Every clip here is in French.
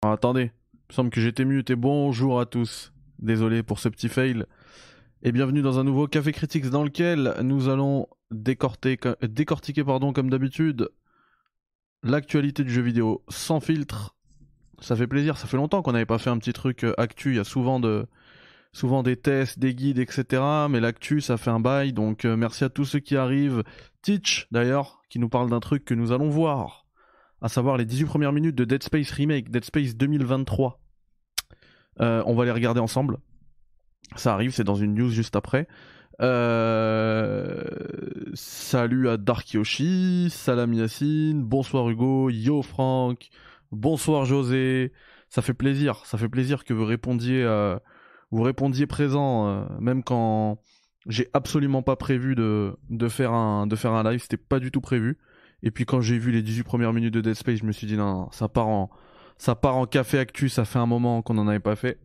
Ah, attendez, il me semble que j'étais muté. Bonjour à tous. Désolé pour ce petit fail. Et bienvenue dans un nouveau Café Critics dans lequel nous allons décortiquer comme d'habitude, l'actualité du jeu vidéo sans filtre. Ça fait plaisir, ça fait longtemps qu'on n'avait pas fait un petit truc actu. Il y a souvent des tests, des guides, etc. Mais l'actu, ça fait un bail. Donc merci à tous ceux qui arrivent. Teach, d'ailleurs, qui nous parle d'un truc que nous allons voir. À savoir les 18 premières minutes de Dead Space Remake, Dead Space 2023. On va les regarder ensemble. Ça arrive, c'est dans une news juste après. Salut à Dark Yoshi, salam Yacine, bonsoir Hugo, yo Franck, bonsoir José. Ça fait plaisir que vous répondiez présent, même quand j'ai absolument pas prévu de faire un live, c'était pas du tout prévu. Et puis quand j'ai vu les 18 premières minutes de Dead Space, je me suis dit non, ça part en café actu, ça fait un moment qu'on en avait pas fait.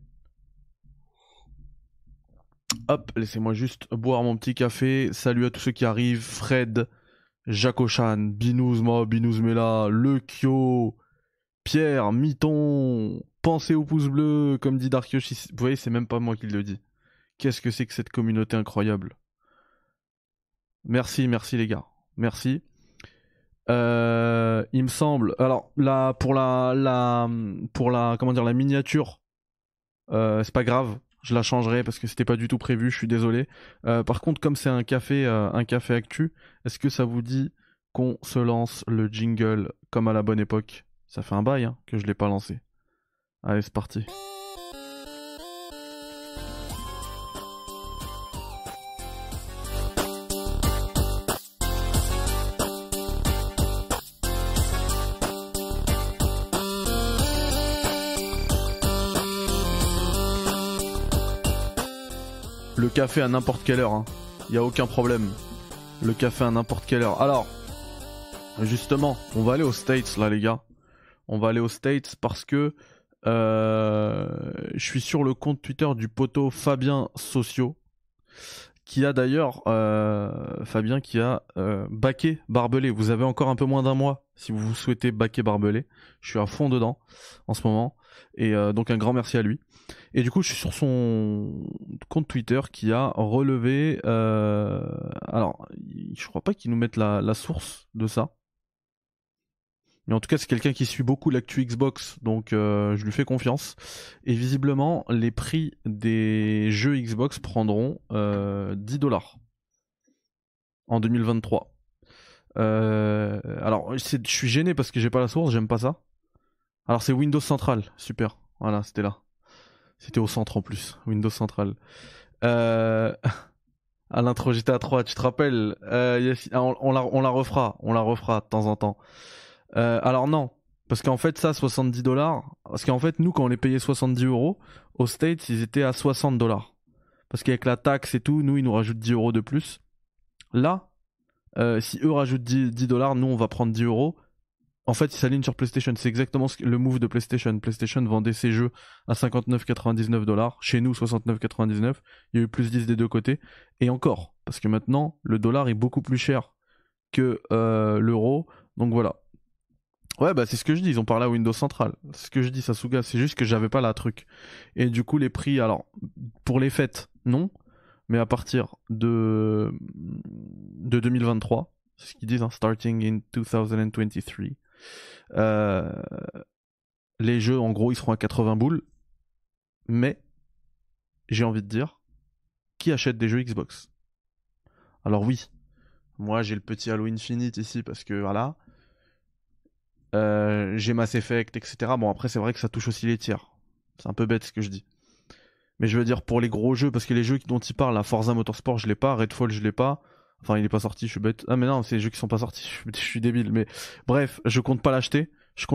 Hop, laissez-moi juste boire mon petit café. Salut à tous ceux qui arrivent. Fred, Jacochan, Binouz Mela, Le Kyo, Pierre, Miton. Pensez au pouce bleu, comme dit Dark Yoshi. Vous voyez, c'est même pas moi qui le dis. Qu'est-ce que c'est que cette communauté incroyable. Merci les gars. Merci. Il me semble. Alors là, pour la miniature, c'est pas grave. Je la changerai parce que c'était pas du tout prévu, je suis désolé. Par contre, comme c'est un café actu, est-ce que ça vous dit qu'on se lance le jingle comme à la bonne époque? Ça fait un bail que je l'ai pas lancé. Allez, c'est parti. Le café à n'importe quelle heure, y a aucun problème. Le café à n'importe quelle heure. Alors, justement, on va aller aux States là les gars. On va aller aux States parce que je suis sur le compte Twitter du poteau Fabien Socio, qui a d'ailleurs Fabien qui a backé Barbelé. Vous avez encore un peu moins d'un mois si vous souhaitez backer Barbelé. Je suis à fond dedans en ce moment et donc un grand merci à lui. Et du coup, je suis sur son compte Twitter qui a relevé. Alors, je crois pas qu'ils nous mettent la source de ça. Mais en tout cas, c'est quelqu'un qui suit beaucoup l'actu Xbox, donc je lui fais confiance. Et visiblement, les prix des jeux Xbox prendront 10$ en 2023. Alors, je suis gêné parce que j'ai pas la source, j'aime pas ça. Alors, c'est Windows Central, super. Voilà, c'était là. C'était au centre en plus, Windows Central. À l'intro GTA 3, tu te rappelles on la refera de temps en temps. Alors non, parce qu'en fait ça, 70$, parce qu'en fait nous quand on les payait 70€, aux States ils étaient à 60$. Parce qu'avec la taxe et tout, nous ils nous rajoutent 10€ de plus. Là, si eux rajoutent 10$, nous on va prendre 10€. En fait, ils s'alignent sur PlayStation. C'est exactement le move de PlayStation. PlayStation vendait ses jeux à 59,99$. Chez nous, 69,99$. Il y a eu plus 10 des deux côtés. Et encore, parce que maintenant, le dollar est beaucoup plus cher que l'euro. Donc voilà. Ouais, bah c'est ce que je dis. Ils ont parlé à Windows Central. C'est ce que je dis, Sasuga. C'est juste que j'avais pas la truc. Et du coup, les prix, alors, pour les fêtes, non. Mais à partir de 2023, c'est ce qu'ils disent, starting in 2023. Les jeux en gros ils seront à 80 boules, mais j'ai envie de dire, qui achète des jeux Xbox? Alors oui, moi j'ai le petit Halo Infinite ici parce que voilà, j'ai Mass Effect, etc. Bon après c'est vrai que ça touche aussi les tiers, c'est un peu bête ce que je dis. Mais je veux dire pour les gros jeux, parce que les jeux dont il parle, la Forza Motorsport je l'ai pas, Redfall je l'ai pas. Enfin, il est pas sorti, je suis bête. Ah, mais non, c'est les jeux qui sont pas sortis, je suis débile. Mais bref, je compte pas l'acheter.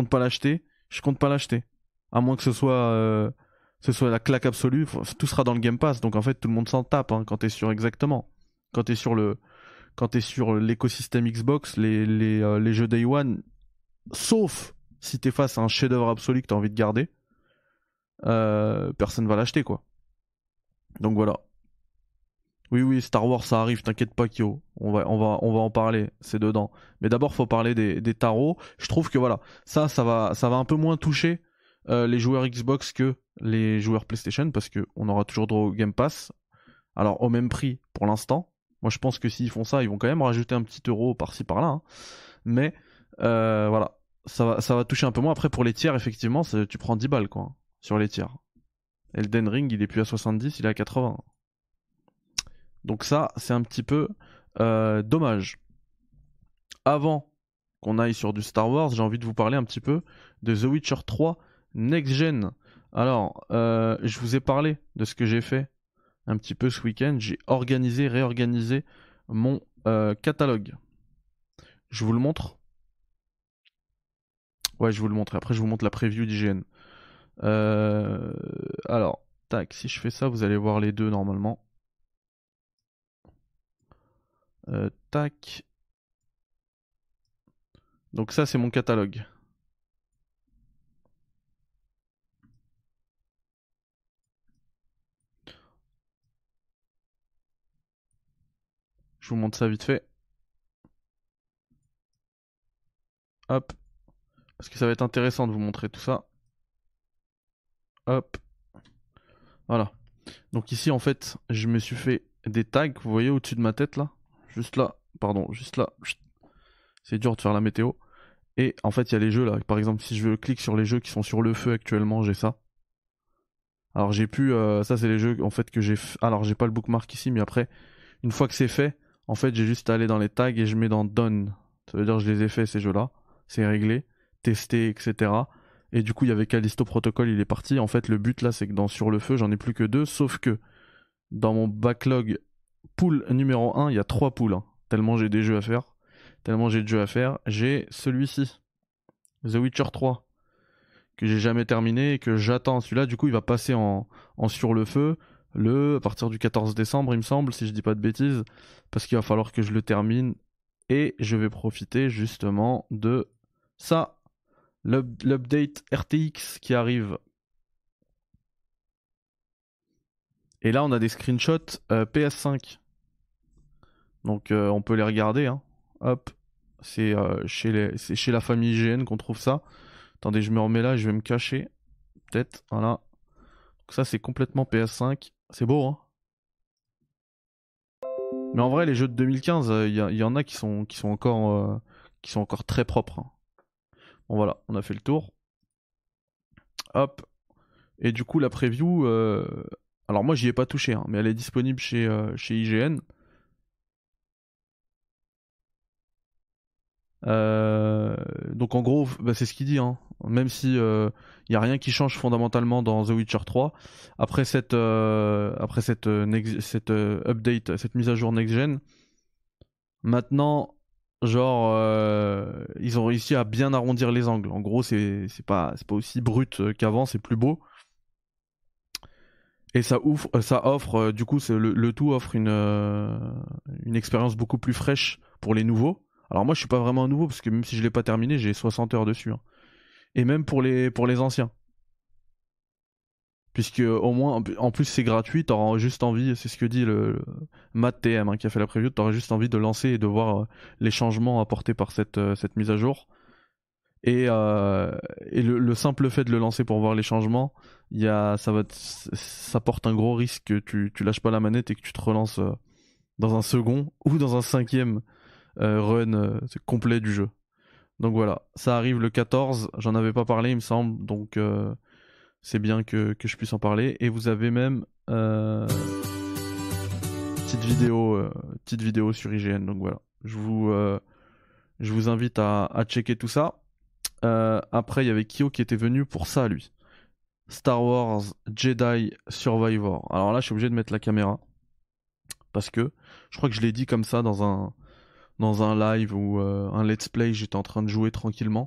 À moins que ce soit la claque absolue. Tout sera dans le Game Pass. Donc en fait, tout le monde s'en tape quand t'es sur exactement. Quand t'es sur l'écosystème Xbox, les jeux Day One, sauf si t'es face à un chef-d'œuvre absolu que t'as envie de garder, personne va l'acheter, quoi. Donc voilà. Oui, Star Wars, ça arrive, t'inquiète pas, Kyo. On va en parler, c'est dedans. Mais d'abord, faut parler des tarots. Je trouve que voilà, ça va un peu moins toucher les joueurs Xbox que les joueurs PlayStation, parce qu'on aura toujours droit au Game Pass. Alors au même prix pour l'instant. Moi je pense que s'ils font ça, ils vont quand même rajouter un petit euro par-ci par-là. Hein. Mais voilà, ça va toucher un peu moins. Après pour les tiers, effectivement, tu prends 10 balles quoi, sur les tiers. Elden Ring, il est plus à 70, il est à 80. Donc ça, c'est un petit peu dommage. Avant qu'on aille sur du Star Wars, j'ai envie de vous parler un petit peu de The Witcher 3 Next Gen. Alors, je vous ai parlé de ce que j'ai fait un petit peu ce week-end. J'ai réorganisé mon catalogue. Je vous le montre. Ouais, je vous le montre. Après, je vous montre la preview d'IGN. Alors, tac, si je fais ça, vous allez voir les deux normalement. Tac. Donc ça, c'est mon catalogue. Je vous montre ça vite fait. Hop. Parce que ça va être intéressant de vous montrer tout ça. Hop. Voilà. Donc ici, en fait, je me suis fait des tags, vous voyez, au-dessus de ma tête, là. Juste là. Pardon, juste là. C'est dur de faire la météo. Et en fait, il y a les jeux, là. Par exemple, si je clique sur les jeux qui sont sur le feu actuellement, j'ai ça. Alors j'ai pu... ça, c'est les jeux, en fait, que j'ai... Alors, j'ai pas le bookmark ici, mais après, une fois que c'est fait, en fait, j'ai juste à aller dans les tags et je mets dans Done. Ça veut dire que je les ai fait, ces jeux-là. C'est réglé, testé, etc. Et du coup, il y avait Callisto Protocol, il est parti. En fait, le but, là, c'est que dans Sur le feu, j'en ai plus que 2, sauf que dans mon backlog pool numéro 1, il y a 3 pools. Hein. Tellement j'ai des jeux à faire. Tellement j'ai de jeux à faire. J'ai celui-ci, The Witcher 3, que j'ai jamais terminé et que j'attends. Celui-là, du coup, il va passer en Sur le feu à partir du 14 décembre, il me semble, si je dis pas de bêtises, parce qu'il va falloir que je le termine. Et je vais profiter justement de ça, l'update RTX qui arrive. Et là, on a des screenshots PS5. Donc on peut les regarder. Hein. Hop. C'est chez la famille IGN qu'on trouve ça. Attendez, je me remets là, je vais me cacher. Peut-être, voilà. Donc ça, c'est complètement PS5. C'est beau, hein. Mais en vrai, les jeux de 2015, y en a qui sont encore très propres. Hein. Bon voilà, on a fait le tour. Hop. Et du coup, la preview, alors moi, j'y ai pas touché, hein, mais elle est disponible chez IGN. Donc en gros, bah, c'est ce qu'il dit, hein. Même si y a rien qui change fondamentalement dans The Witcher 3, après cette update, cette mise à jour next gen, maintenant, genre, ils ont réussi à bien arrondir les angles. En gros, c'est pas aussi brut qu'avant, c'est plus beau. Et ça offre, du coup, le tout offre une expérience beaucoup plus fraîche pour les nouveaux. Alors moi, je suis pas vraiment un nouveau parce que même si je l'ai pas terminé, j'ai 60 heures dessus. Hein. Et même pour les anciens, puisque au moins, en plus c'est gratuit, t'auras juste envie, c'est ce que dit le Matt TM hein, qui a fait la preview, t'auras juste envie de lancer et de voir les changements apportés par cette mise à jour. Et, le simple fait de le lancer pour voir les changements, ça porte un gros risque que tu lâches pas la manette et que tu te relances dans un second ou dans un cinquième run complet du jeu. Donc voilà, ça arrive le 14, j'en avais pas parlé il me semble, donc c'est bien que je puisse en parler. Et vous avez même petite vidéo sur IGN, donc voilà. Je vous invite à checker tout ça. Après, il y avait Kyo qui était venu pour ça, lui. Star Wars Jedi Survivor. Alors là, je suis obligé de mettre la caméra. Parce que je crois que je l'ai dit comme ça dans un live ou un let's play, j'étais en train de jouer tranquillement.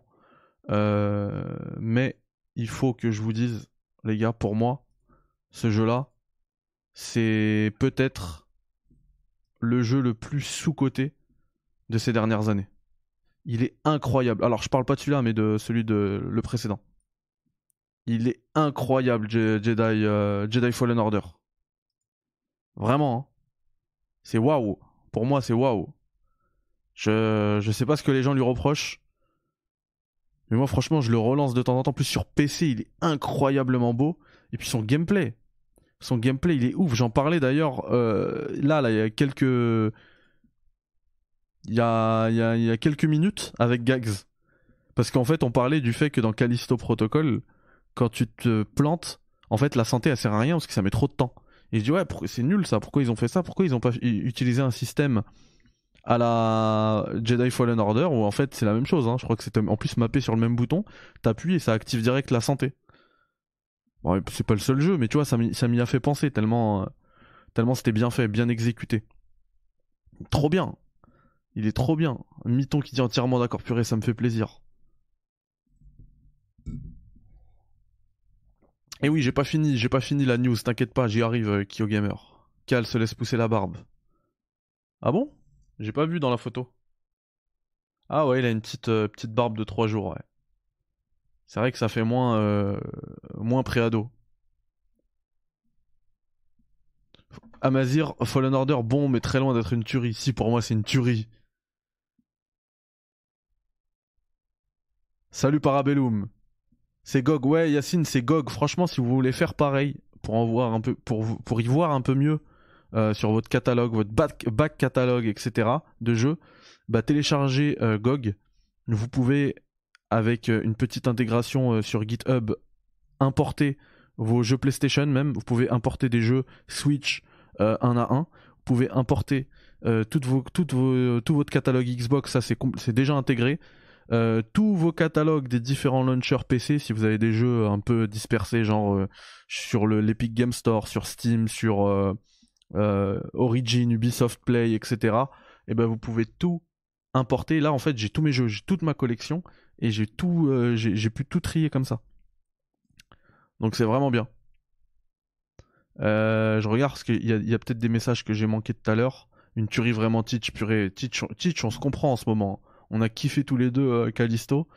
Mais il faut que je vous dise, les gars, pour moi, ce jeu-là, c'est peut-être le jeu le plus sous-coté de ces dernières années. Il est incroyable. Alors, je parle pas de celui-là, mais de celui de le précédent. Il est incroyable, Jedi Fallen Order. Vraiment, hein. C'est waouh. Pour moi, c'est waouh. Je sais pas ce que les gens lui reprochent. Mais moi, franchement, je le relance de temps en temps. En plus, sur PC, il est incroyablement beau. Et puis son gameplay. Son gameplay, il est ouf. J'en parlais d'ailleurs là, il y a quelques. Il y a quelques minutes avec Gags. Parce qu'en fait, on parlait du fait que dans Callisto Protocol, quand tu te plantes, en fait, la santé, elle sert à rien parce que ça met trop de temps. Et je dis, ouais, c'est nul ça. Pourquoi ils ont fait ça? Pourquoi ils ont pas utilisé un système à la Jedi Fallen Order où en fait, c'est la même chose. Hein. Je crois que c'est en plus mappé sur le même bouton. T'appuies et ça active direct la santé. Bon, c'est pas le seul jeu, mais tu vois, ça m'y a fait penser tellement c'était bien fait, bien exécuté. Trop bien. Il est trop bien. Mython qui dit entièrement d'accord, purée, ça me fait plaisir. Et oui, j'ai pas fini la news, t'inquiète pas, j'y arrive, KyoGamer. Cal se laisse pousser la barbe. Ah bon? J'ai pas vu dans la photo. Ah ouais, il a une petite barbe de 3 jours, ouais. C'est vrai que ça fait moins préado. Amazir, Fallen Order, bon, mais très loin d'être une tuerie. Si, pour moi, c'est une tuerie. Salut Parabellum. C'est GOG, ouais, Yacine, c'est GOG. Franchement, si vous voulez faire pareil, pour en voir un peu, pour y voir un peu mieux sur votre catalogue, votre back catalogue, etc. de jeux, bah téléchargez GOG. Vous pouvez, avec une petite intégration sur GitHub, importer vos jeux PlayStation même. Vous pouvez importer des jeux Switch un à un. Vous pouvez importer tout votre catalogue Xbox, ça c'est déjà intégré. Tous vos catalogues des différents launchers PC, si vous avez des jeux un peu dispersés, genre sur l'Epic Game Store, sur Steam, sur Origin, Ubisoft Play, etc. Et ben vous pouvez tout importer. Là, en fait, j'ai tous mes jeux, j'ai toute ma collection et j'ai pu tout trier comme ça. Donc c'est vraiment bien. Je regarde parce qu'il y a peut-être des messages que j'ai manqué tout à l'heure. Une tuerie vraiment Teach, purée. Teach, on se comprend en ce moment. On a kiffé tous les deux Callisto.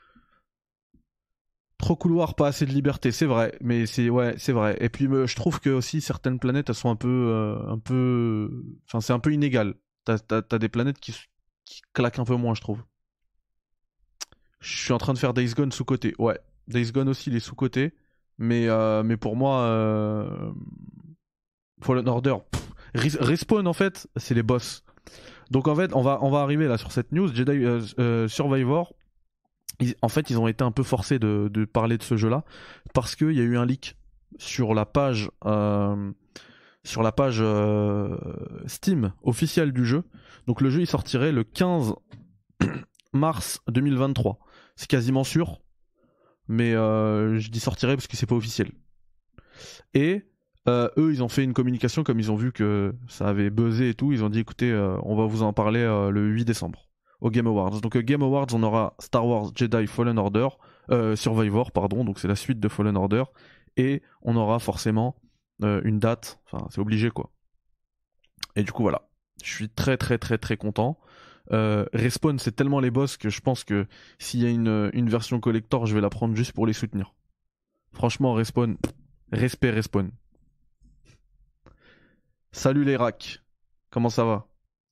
Trop couloir, pas assez de liberté, c'est vrai, mais c'est vrai. Et puis je trouve que aussi certaines planètes, elles sont enfin c'est un peu inégal. T'as des planètes qui claquent un peu moins, je trouve. Je suis en train de faire Days Gone sous côté. Ouais, Days Gone aussi, il est sous côté, mais pour moi, Fallen Order, Respawn en fait, c'est les boss. Donc en fait, on va arriver là sur cette news Jedi Survivor. En fait, ils ont été un peu forcés de parler de ce jeu-là parce qu'il y a eu un leak sur la page Steam officielle du jeu. Donc le jeu il sortirait le 15 mars 2023. C'est quasiment sûr, mais je dis sortirait parce que c'est pas officiel. Et eux, ils ont fait une communication comme ils ont vu que ça avait buzzé et tout. Ils ont dit écoutez, on va vous en parler le 8 décembre au Game Awards. Donc Game Awards, on aura Star Wars Jedi Fallen Order, Survivor, pardon, donc c'est la suite de Fallen Order, et on aura forcément une date, enfin c'est obligé quoi. Et du coup voilà, je suis très très très très content. Respawn, c'est tellement les boss que je pense que s'il y a une version collector, je vais la prendre juste pour les soutenir. Franchement, Respawn, respect Respawn. Salut les racks, comment ça va?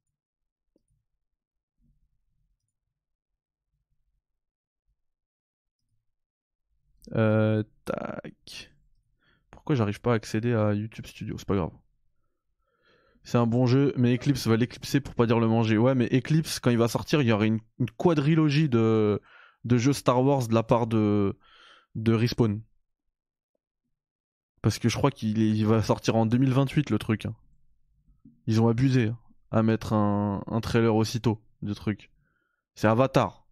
Tac. Pourquoi j'arrive pas à accéder à YouTube Studio? C'est pas grave. C'est un bon jeu, mais Eclipse va l'éclipser pour pas dire le manger. Ouais, mais Eclipse, quand il va sortir, il y aura une quadrilogie de jeux Star Wars de la part de Respawn. Parce que je crois il va sortir en 2028 le truc. Hein. Ils ont abusé à mettre un trailer aussitôt du truc. C'est Avatar.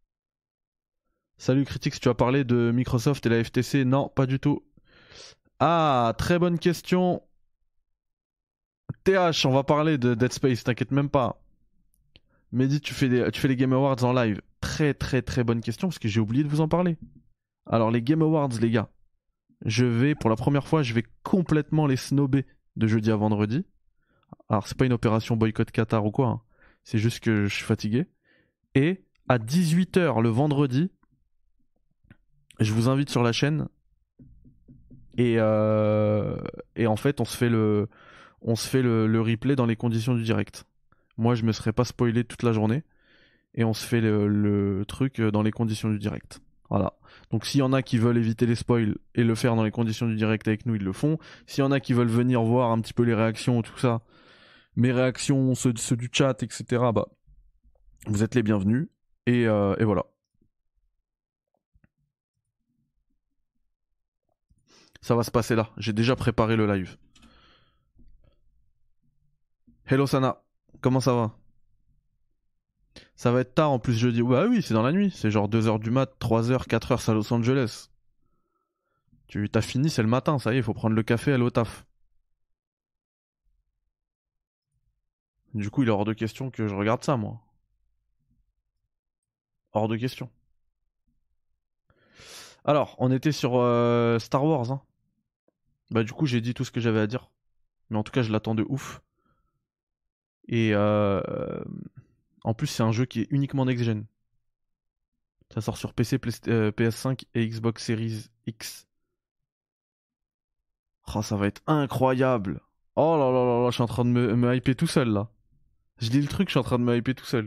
Salut Critique, tu as parlé de Microsoft et la FTC. Non, pas du tout. Ah, très bonne question. TH, on va parler de Dead Space, t'inquiète même pas. Mehdi, tu fais les Game Awards en live. Très très très bonne question parce que j'ai oublié de vous en parler. Alors les Game Awards, les gars, pour la première fois, je vais complètement les snober de jeudi à vendredi. Alors c'est pas une opération boycott Qatar ou quoi, hein. C'est juste que je suis fatigué. Et à 18h le vendredi, je vous invite sur la chaîne et en fait on se fait le replay dans les conditions du direct. Moi je me serais pas spoilé toute la journée et on se fait le truc dans les conditions du direct. Voilà. Donc s'il y en a qui veulent éviter les spoils et le faire dans les conditions du direct avec nous, ils le font. S'il y en a qui veulent venir voir un petit peu les réactions, tout ça, mes réactions, ceux du chat, etc., bah, vous êtes les bienvenus. Et voilà. Ça va se passer là. J'ai déjà préparé le live. Hello Sana, comment ça va? Ça va être tard en plus jeudi. Bah oui, c'est dans la nuit. C'est genre 2h du mat, 3h, 4h, c'est à Los Angeles. T'as fini, c'est le matin, ça y est, faut prendre le café, aller au taf. Du coup, il est hors de question que je regarde ça, moi. Hors de question. Alors, on était sur Star Wars, hein. Bah du coup, j'ai dit tout ce que j'avais à dire. Mais en tout cas, je l'attends de ouf. Et en plus, c'est un jeu qui est uniquement next-gen. Ça sort sur PC, PS5 et Xbox Series X. Oh, ça va être incroyable. Oh là là là là, je suis en train de me hyper tout seul là. Je lis le truc, je suis en train de me hyper tout seul.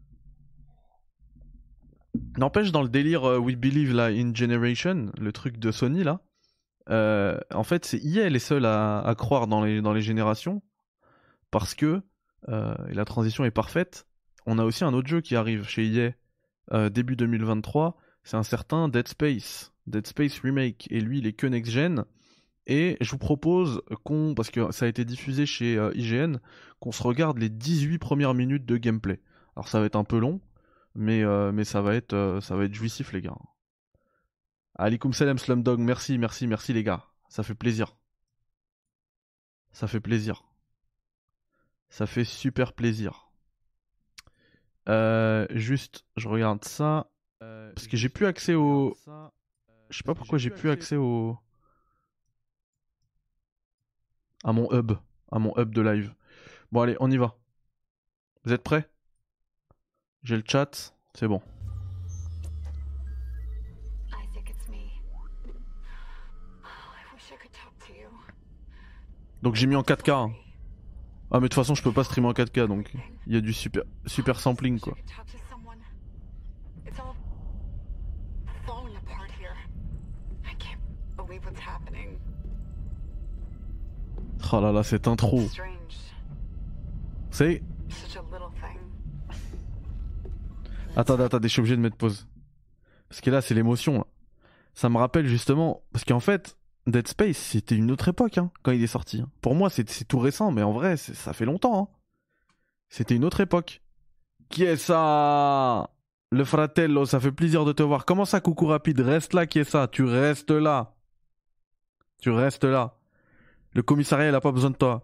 N'empêche, dans le délire We Believe là, in Generation, le truc de Sony là, en fait, c'est EA les seuls à croire dans les générations, parce que, et la transition est parfaite, on a aussi un autre jeu qui arrive chez EA début 2023, c'est un certain Dead Space Remake, et lui il est que next-gen, et je vous propose parce que ça a été diffusé chez IGN, qu'on se regarde les 18 premières minutes de gameplay. Alors ça va être un peu long, mais ça va être jouissif les gars. Alikum salam Slumdog, merci les gars. Ça fait plaisir. Ça fait plaisir. Ça fait super plaisir. Juste, je regarde ça. Parce que j'ai plus accès au... Je sais pas pourquoi j'ai plus accès au... À mon hub de live. Bon allez, on y va. Vous êtes prêts? J'ai le chat, c'est bon. Donc j'ai mis en 4K. Hein. Ah mais de toute façon je peux pas streamer en 4K donc il y a du super sampling quoi. Oh là là cette intro. C'est... Attends, je suis obligé de mettre pause. Parce que là c'est l'émotion là. Ça me rappelle justement... Parce qu'en fait, Dead Space c'était une autre époque hein, quand il est sorti. Pour moi c'est tout récent mais en vrai ça fait longtemps. Hein. C'était une autre époque. Qui est ça? Le fratello, ça fait plaisir de te voir. Comment ça, coucou rapide? Reste là, qui est ça? Tu restes là. Tu restes là. Le commissariat, il a pas besoin de toi.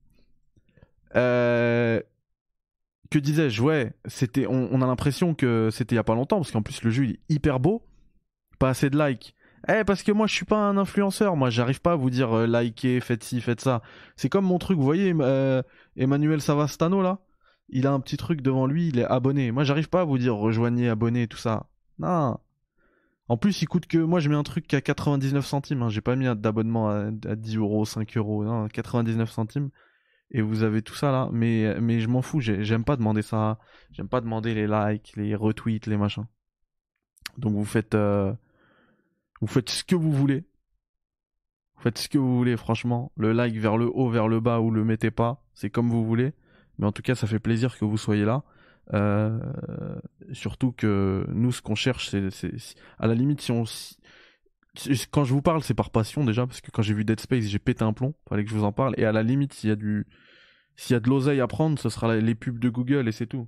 Que disais-je? Ouais, c'était. On a l'impression que c'était il y a pas longtemps, parce qu'en plus, le jeu, il est hyper beau. Pas assez de likes. Parce que moi, je suis pas un influenceur. Moi, j'arrive pas à vous dire likez, faites ci, faites ça. C'est comme mon truc, vous voyez, Emmanuel Savastano, là? Il a un petit truc devant lui, il est abonné. Moi, j'arrive pas à vous dire rejoignez, abonnez, tout ça. Non. En plus, il coûte que. Moi, je mets un truc à 99 centimes. Hein. J'ai pas mis d'abonnement à 10 euros, 5 euros. Non, 99 centimes. Et vous avez tout ça là. Mais je m'en fous. J'aime pas demander ça. J'aime pas demander les likes, les retweets, les machins. Donc, vous faites ce que vous voulez. Vous faites ce que vous voulez, franchement. Le like vers le haut, vers le bas, ou le mettez pas. C'est comme vous voulez. Mais en tout cas, ça fait plaisir que vous soyez là. Surtout que nous, ce qu'on cherche, c'est à la limite, quand je vous parle, c'est par passion déjà, parce que quand j'ai vu Dead Space, j'ai pété un plomb. Fallait que je vous en parle. Et à la limite, s'il y a de l'oseille à prendre, ce sera les pubs de Google et c'est tout.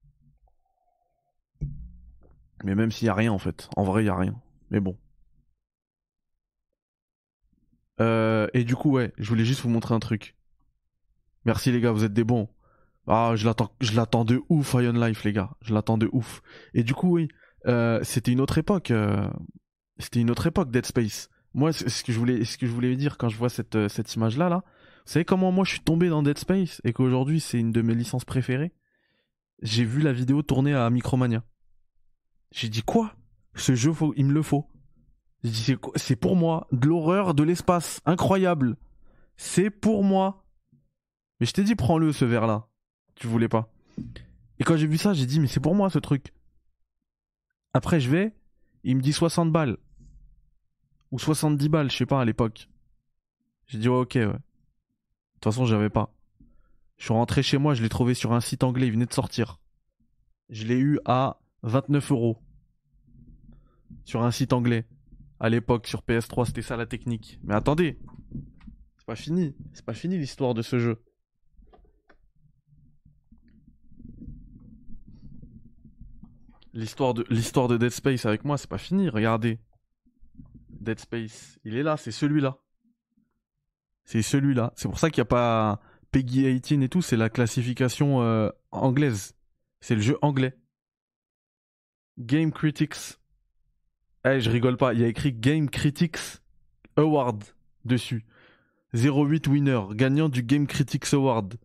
Mais même s'il y a rien en fait, en vrai, il y a rien. Mais bon. Et du coup, ouais, je voulais juste vous montrer un truc. Merci les gars, vous êtes des bons. Ah, je l'attends de ouf, Iron Life, les gars. Je l'attends de ouf. Et du coup, oui, c'était une autre époque. C'était une autre époque, Dead Space. Moi, ce que je voulais dire quand je vois cette image-là, là, vous savez comment moi je suis tombé dans Dead Space et qu'aujourd'hui c'est une de mes licences préférées? J'ai vu la vidéo tourner à Micromania. J'ai dit quoi? Ce jeu, il me le faut. J'ai dit c'est pour moi, de l'horreur, de l'espace, incroyable. C'est pour moi. Mais je t'ai dit prends-le ce verre-là. Tu voulais pas. Et quand j'ai vu ça, j'ai dit, mais c'est pour moi ce truc. Après, je vais, il me dit 60 balles. Ou 70 balles, je sais pas, à l'époque. J'ai dit, ouais, ok, ouais. De toute façon, j'avais pas. Je suis rentré chez moi, je l'ai trouvé sur un site anglais, il venait de sortir. Je l'ai eu à 29 euros. Sur un site anglais. À l'époque, sur PS3, c'était ça la technique. Mais attendez, c'est pas fini. C'est pas fini l'histoire de ce jeu. L'histoire de Dead Space avec moi, c'est pas fini. Regardez. Dead Space, il est là, c'est celui-là. C'est celui-là. C'est pour ça qu'il n'y a pas Peggy 18 et tout, c'est la classification anglaise. C'est le jeu anglais. Game Critics. Eh, je rigole pas, il y a écrit Game Critics Award dessus. 08 winner, gagnant du Game Critics Award.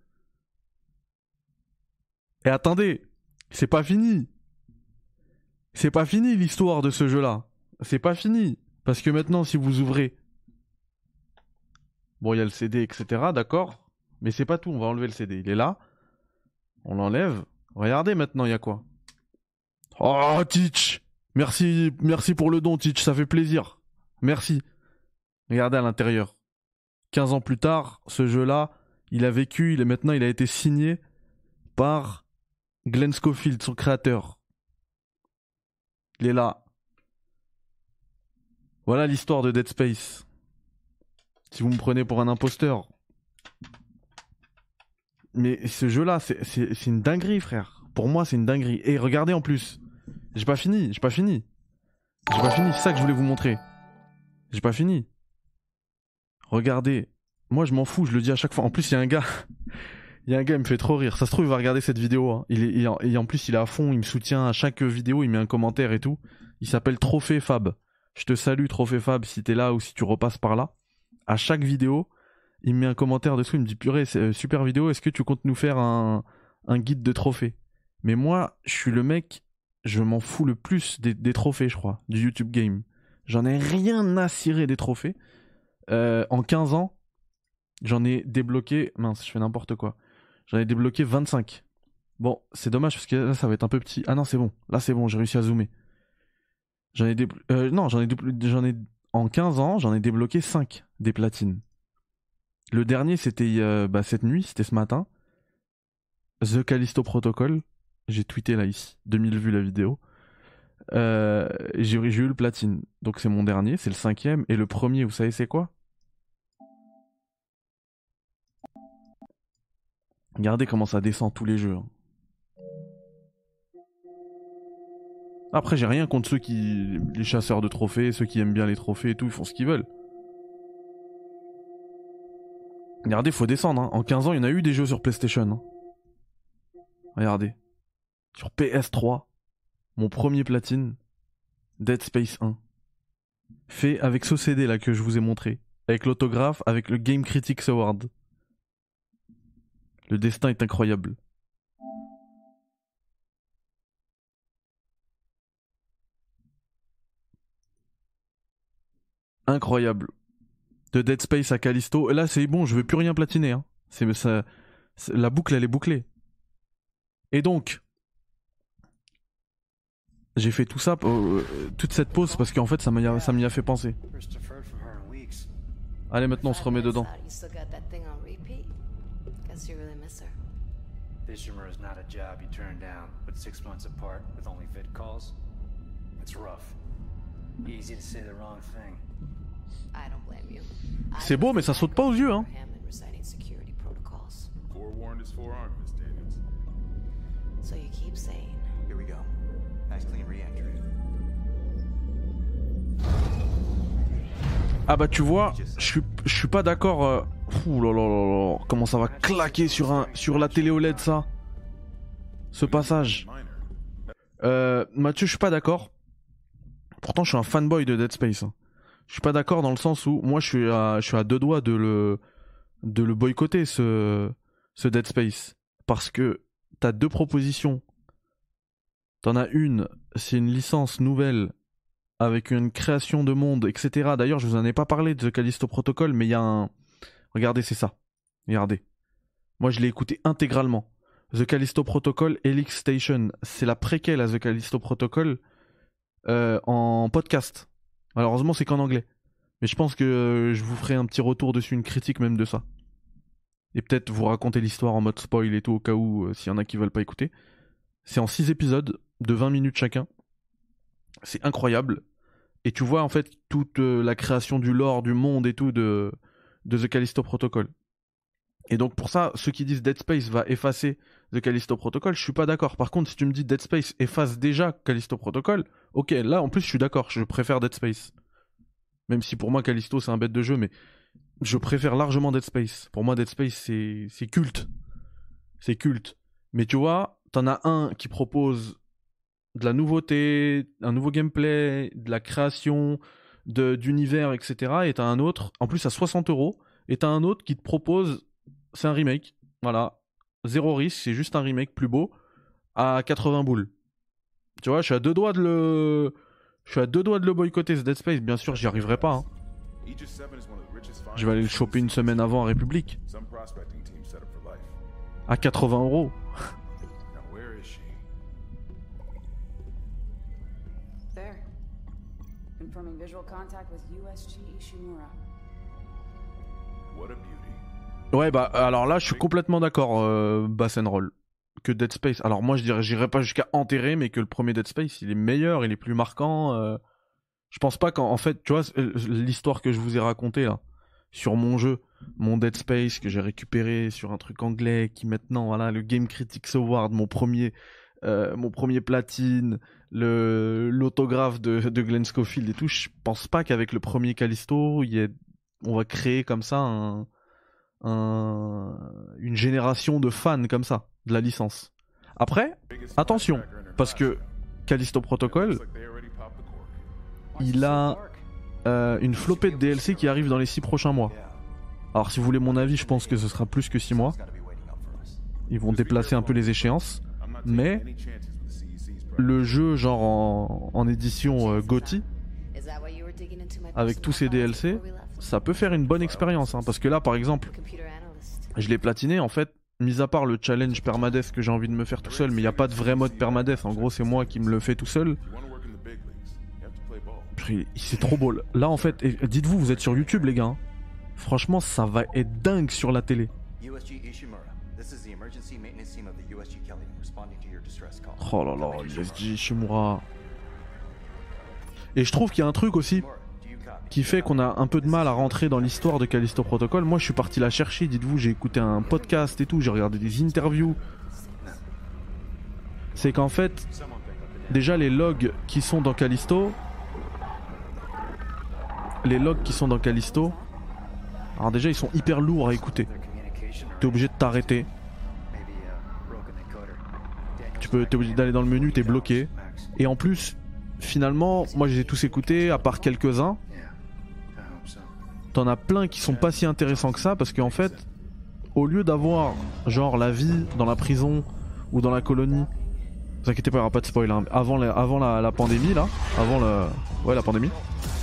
Et attendez, c'est pas fini. C'est pas fini l'histoire de ce jeu-là. C'est pas fini. Parce que maintenant, si vous ouvrez... Bon, il y a le CD, etc., d'accord. Mais c'est pas tout, on va enlever le CD. Il est là. On l'enlève. Regardez maintenant, il y a quoi. Oh, Teach. Merci pour le don, Teach, ça fait plaisir. Merci. Regardez à l'intérieur. 15 ans plus tard, ce jeu-là, il a vécu, maintenant il a été signé par Glenn Scofield, son créateur. Il est là. Voilà l'histoire de Dead Space. Si vous me prenez pour un imposteur. Mais ce jeu-là, c'est une dinguerie, frère. Pour moi, c'est une dinguerie. Et regardez en plus. J'ai pas fini. C'est ça que je voulais vous montrer. J'ai pas fini. Regardez. Moi, je m'en fous, je le dis à chaque fois. En plus, il y a un gars... Il me fait trop rire. Ça se trouve, il va regarder cette vidéo. Hein. Et en plus, il est à fond, il me soutient à chaque vidéo, il met un commentaire et tout. Il s'appelle Trophée Fab. Je te salue, Trophée Fab, si t'es là ou si tu repasses par là. À chaque vidéo, il me met un commentaire dessous, il me dit purée, c'est super vidéo, est-ce que tu comptes nous faire un guide de trophées? Mais moi, je suis le mec, je m'en fous le plus des trophées, je crois, du YouTube Game. J'en ai rien à cirer des trophées. En 15 ans, j'en ai débloqué... Mince, je fais n'importe quoi. J'en ai débloqué 25. Bon, c'est dommage parce que là, ça va être un peu petit. Ah non, c'est bon. Là, c'est bon, j'ai réussi à zoomer. En 15 ans, j'en ai débloqué 5 des platines. Le dernier, c'était cette nuit, c'était ce matin. The Callisto Protocol. J'ai tweeté là, ici. 2000 vues la vidéo. J'ai eu le platine. Donc c'est mon dernier, c'est le 5e. Et le premier, vous savez c'est quoi? Regardez comment ça descend tous les jeux. Hein. Après, j'ai rien contre les chasseurs de trophées, ceux qui aiment bien les trophées et tout, ils font ce qu'ils veulent. Regardez, faut descendre. Hein. En 15 ans, il y en a eu des jeux sur PlayStation. Hein. Regardez. Sur PS3, mon premier platine, Dead Space 1. Fait avec ce CD là que je vous ai montré. Avec l'autographe, avec le Game Critics Award. Le destin est incroyable. Incroyable. De Dead Space à Callisto. Et là, c'est bon, je veux plus rien platiner. Hein. La boucle, elle est bouclée. Et donc, j'ai fait tout ça, toute cette pause, parce qu'en fait, ça m'y a fait penser. Allez, maintenant, on se remet dedans. Fisherman is not a job you turn down, but 6 months apart with only vid calls. It's rough. Easy to say the wrong thing. C'est beau, mais ça saute pas aux yeux, hein. Forewarned is forearmed, Miss Daniels. So you keep saying. Here we go. Nice clean re-entry. Ah bah tu vois, je suis pas d'accord. Ouh là là là là, comment ça va claquer sur la télé OLED ça. Ce passage. Mathieu, je suis pas d'accord. Pourtant, je suis un fanboy de Dead Space. Hein. Je suis pas d'accord dans le sens où moi, je suis à deux doigts de le boycotter ce Dead Space, parce que t'as deux propositions. T'en as une, c'est une licence nouvelle avec une création de monde, etc. D'ailleurs, je vous en ai pas parlé de The Callisto Protocol, mais il y a un... Regardez, c'est ça. Regardez. Moi, je l'ai écouté intégralement. The Callisto Protocol Helix Station. C'est la préquelle à The Callisto Protocol en podcast. Malheureusement, c'est qu'en anglais. Mais je pense que je vous ferai un petit retour dessus, une critique même de ça. Et peut-être vous raconter l'histoire en mode spoil et tout, au cas où, s'il y en a qui veulent pas écouter. C'est en 6 épisodes de 20 minutes chacun. C'est incroyable. Et tu vois en fait toute la création du lore, du monde et tout de The Callisto Protocol. Et donc pour ça, ceux qui disent Dead Space va effacer The Callisto Protocol, je suis pas d'accord. Par contre, si tu me dis Dead Space efface déjà Callisto Protocol, ok, là en plus je suis d'accord, je préfère Dead Space. Même si pour moi Callisto c'est un bête de jeu, mais je préfère largement Dead Space. Pour moi Dead Space c'est culte. C'est culte. Mais tu vois, t'en as un qui propose de la nouveauté, un nouveau gameplay, de la création, d'univers, etc. Et t'as un autre, en plus à 60€, et t'as un autre qui te propose, c'est un remake, voilà, zéro risque, c'est juste un remake plus beau, à 80 boules. Tu vois, je suis à deux doigts de le boycotter ce Dead Space, bien sûr j'y arriverai pas. Hein. Je vais aller le choper une semaine avant à République. À 80€. There. Confirming visual contact with USG Ishimura. What a beauty. Ouais, bah alors là je suis complètement d'accord, Bass and Roll, que Dead Space. Alors moi je dirais, j'irais pas jusqu'à enterrer, mais que le premier Dead Space il est meilleur, il est plus marquant. Je pense pas qu'en fait, tu vois, l'histoire que je vous ai racontée là, sur mon jeu, mon Dead Space que j'ai récupéré sur un truc anglais, qui maintenant, voilà, le Game Critics Award, mon premier platine, l'autographe de Glenn Scofield et tout, je pense pas qu'avec le premier Callisto, on va créer comme ça une génération de fans comme ça, de la licence. Après, attention, parce que Callisto Protocol, il a une flopée de DLC qui arrive dans les 6 prochains mois. Alors si vous voulez mon avis, je pense que ce sera plus que 6 mois. Ils vont déplacer un peu les échéances. Mais le jeu genre en édition GOTY, avec tous ces DLC, ça peut faire une bonne expérience. Hein, parce que là par exemple, je l'ai platiné en fait, mis à part le challenge permadeath que j'ai envie de me faire tout seul, mais il n'y a pas de vrai mode permadeath. En gros c'est moi qui me le fais tout seul. C'est trop beau. Là en fait, dites-vous, vous êtes sur YouTube les gars. Hein. Franchement ça va être dingue sur la télé. Oh là là, USG Ishimura. Et je trouve qu'il y a un truc aussi qui fait qu'on a un peu de mal à rentrer dans l'histoire de Callisto Protocol. Moi je suis parti la chercher, dites-vous, j'ai écouté un podcast et tout, j'ai regardé des interviews. C'est qu'en fait, déjà les logs qui sont dans Callisto, alors déjà ils sont hyper lourds à écouter. T'es obligé de t'arrêter. T'es obligé d'aller dans le menu, t'es bloqué. Et en plus, finalement, moi je les ai tous écoutés, à part quelques-uns. T'en as plein qui sont pas si intéressants que ça, parce qu'en fait, au lieu d'avoir genre la vie dans la prison ou dans la colonie, vous inquiétez pas, il n'y aura pas de spoil, hein. Avant la pandémie là, la pandémie.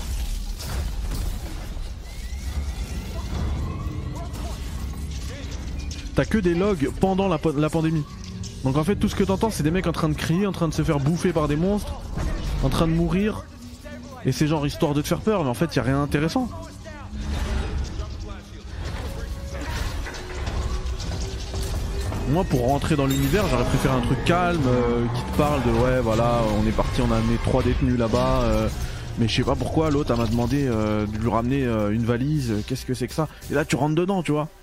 T'as que des logs pendant la pandémie. Donc en fait tout ce que t'entends c'est des mecs en train de crier, en train de se faire bouffer par des monstres, en train de mourir. Et c'est genre histoire de te faire peur, mais en fait y a rien d'intéressant. Moi pour rentrer dans l'univers j'aurais préféré un truc calme, qui te parle de ouais voilà on est parti, on a amené 3 détenus là-bas, mais je sais pas pourquoi l'autre m'a demandé de lui ramener une valise, qu'est-ce que c'est que ça. Et là tu rentres dedans tu vois.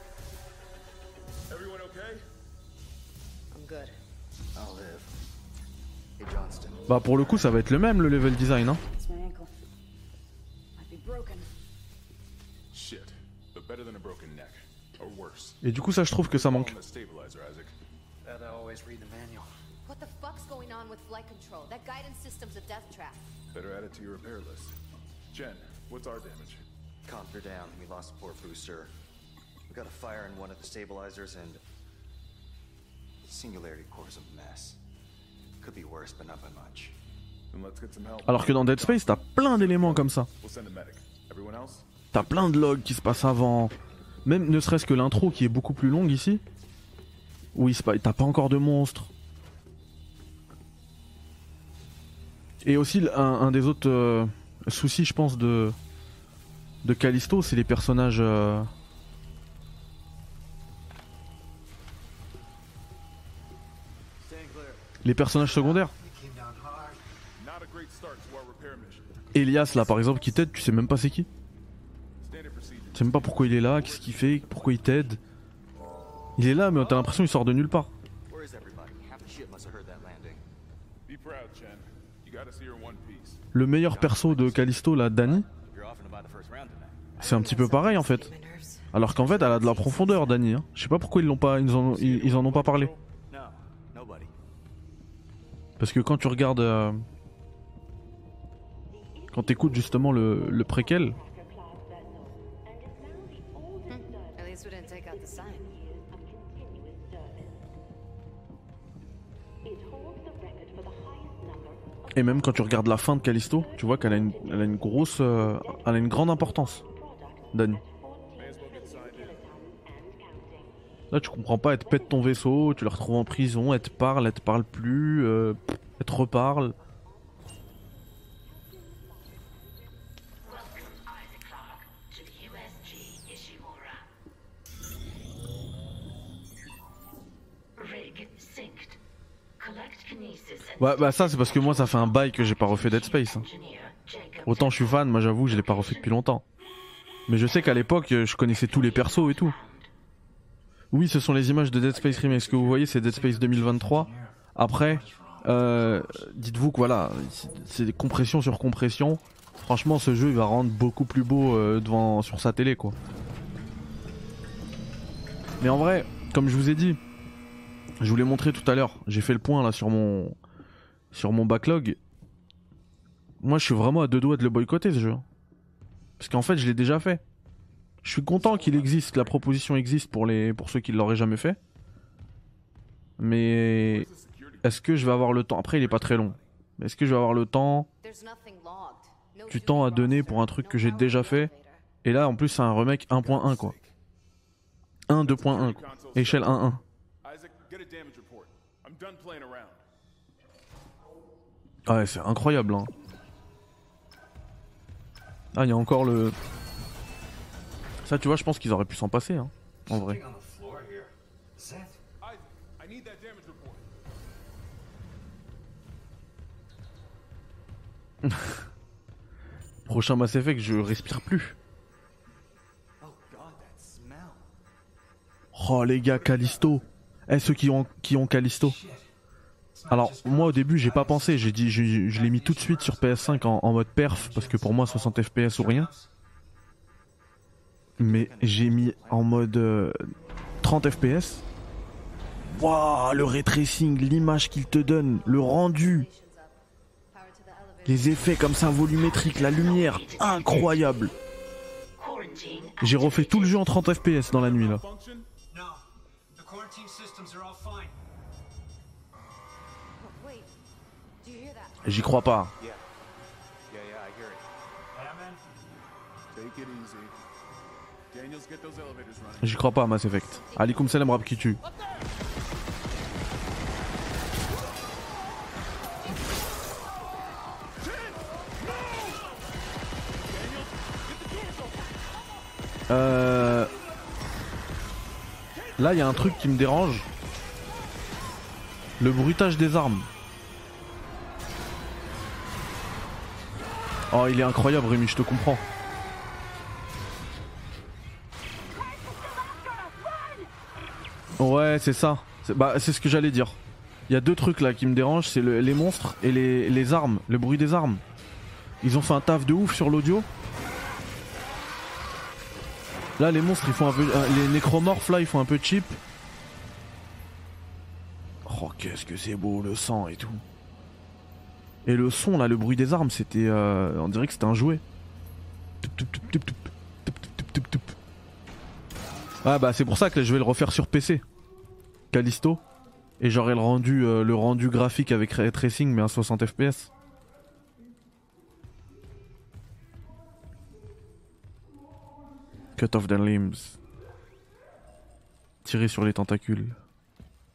Bah pour le coup ça va être le même le level design hein. Et du coup ça je trouve que ça manque. What the fuck's going on with flight control? That guidance system's a death trap. Better add it to your repair list. Jen, what's our damage? Comps are down. We lost a port booster. We got a fire in one of the stabilizers and singularity core's a mess. Could be worse, but not by much. Then let's get some help. Alors que dans Dead Space t'as plein d'éléments comme ça. We'll send a medic. Everyone else? T'as plein de logs qui se passent avant. Même ne serait-ce que l'intro qui est beaucoup plus longue ici. Oui, t'as pas encore de monstres. Et aussi, un des autres soucis, je pense, de Callisto, c'est les personnages. Les personnages secondaires. Not a great start to our repair mission. Elias, là, par exemple, qui t'aide, tu sais même pas c'est qui. Standard procedure. Tu sais même pas pourquoi il est là, qu'est-ce qu'il fait, pourquoi il t'aide. Il est là, mais t'as l'impression qu'il sort de nulle part. Where is everybody? Half the ship must have heard that landing. Be proud, Chen. You gotta see her in one piece. Le meilleur perso de Callisto, là, Dani, You're off and about the first round tonight. c'est un petit peu pareil en fait. Alors qu'en fait, elle a de la profondeur, Dani. Hein. Je sais pas pourquoi ils en ont pas parlé. No, nobody. Parce que quand tu regardes. Quand t'écoutes justement le préquel, At least we didn't take out the sign. et même quand tu regardes la fin de Callisto, tu vois qu'elle a une grosse. Elle a une grande importance, Dani. Là, tu comprends pas, elle te pète ton vaisseau, tu la retrouves en prison, elle te parle plus, elle te reparle. Ouais, bah ça c'est parce que moi ça fait un bail que j'ai pas refait Dead Space. Hein. Autant je suis fan, moi j'avoue, je l'ai pas refait depuis longtemps. Mais je sais qu'à l'époque, je connaissais tous les persos et tout. Oui, ce sont les images de Dead Space Remake. Ce que vous voyez, c'est Dead Space 2023. Après, dites-vous que voilà, c'est compression sur compression. Franchement, ce jeu il va rendre beaucoup plus beau sur sa télé, quoi. Mais en vrai, comme je vous ai dit, je vous l'ai montré tout à l'heure. J'ai fait le point là sur mon backlog. Moi, je suis vraiment à deux doigts de le boycotter ce jeu. Parce qu'en fait, je l'ai déjà fait. Je suis content qu'il existe, que la proposition existe pour ceux qui ne l'auraient jamais fait. Mais est-ce que je vais avoir le temps? Après, il est pas très long. Mais est-ce que je vais avoir le temps, du temps à donner pour un truc que j'ai déjà fait? Et là, en plus, c'est un remake 1.1 quoi. 1 2.1 quoi. Échelle 1.1. Isaac, get a damage report. I'm done playing around. Ah ouais, c'est incroyable hein. Ah, il y a encore le... Ça, tu vois, je pense qu'ils auraient pu s'en passer, hein, en vrai. Isaac, I need that damage report. Prochain Mass Effect, je respire plus. Oh god, that smell. Oh les gars, Callisto. Ceux qui ont Callisto. Alors moi au début j'ai pas pensé, j'ai dit je l'ai mis tout de suite sur PS5 en mode perf parce que pour moi 60 FPS ou rien. Mais j'ai mis en mode 30 FPS. Waouh, le ray tracing, l'image qu'il te donne, le rendu, les effets comme ça volumétriques, la lumière, incroyable. J'ai refait tout le jeu en 30 FPS dans la nuit là. Function? No. The quarantine systems are all fine. Wait, do you hear that? J'y crois pas. Yeah, I hear it. Hammond? Take it easy. Daniels, get those elevators running. J'y crois pas à Mass Effect. Alikum salam rab qui tue. Là il y a un truc qui me dérange. Le bruitage des armes. Oh il est incroyable Rémi, je te comprends. Ouais c'est ça. C'est ce que j'allais dire. Il y a deux trucs là qui me dérangent, c'est les monstres et les armes, le bruit des armes. Ils ont fait un taf de ouf sur l'audio. Là les monstres ils font un peu... les nécromorphes là ils font un peu cheap. Oh qu'est-ce que c'est beau le sang et tout. Et le son là, le bruit des armes c'était... on dirait que c'était un jouet. Ah bah c'est pour ça que là, je vais le refaire sur PC. Callisto. Et j'aurai le rendu graphique avec ray tracing mais à 60 FPS. Cut off the limbs. Tirer sur les tentacules.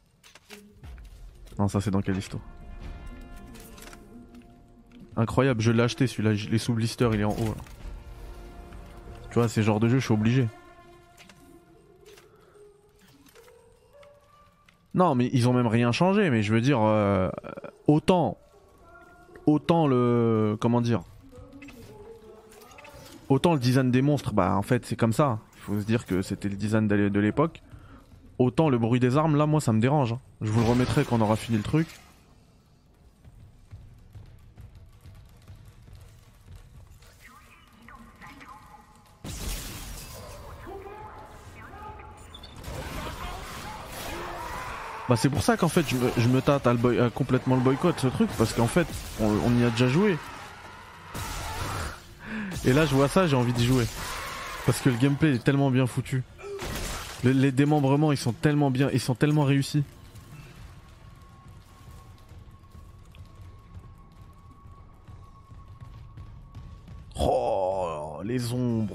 Non, ça c'est dans Callisto. Incroyable, je l'ai acheté celui-là, il est sous blister, il est en haut. Là. Tu vois, c'est le genre de jeu, je suis obligé. Non, mais ils ont même rien changé, mais je veux dire, autant le... Comment dire? Autant le design des monstres, bah en fait c'est comme ça. Il faut se dire que c'était le design de l'époque. Autant le bruit des armes, là moi ça me dérange. Hein. Je vous le remettrai quand on aura fini le truc. Bah c'est pour ça qu'en fait je me tâte à complètement le boycott ce truc, parce qu'en fait on y a déjà joué. Et là je vois ça, j'ai envie d'y jouer. Parce que le gameplay est tellement bien foutu. Les démembrements ils sont tellement bien, ils sont tellement réussis. Oh les ombres.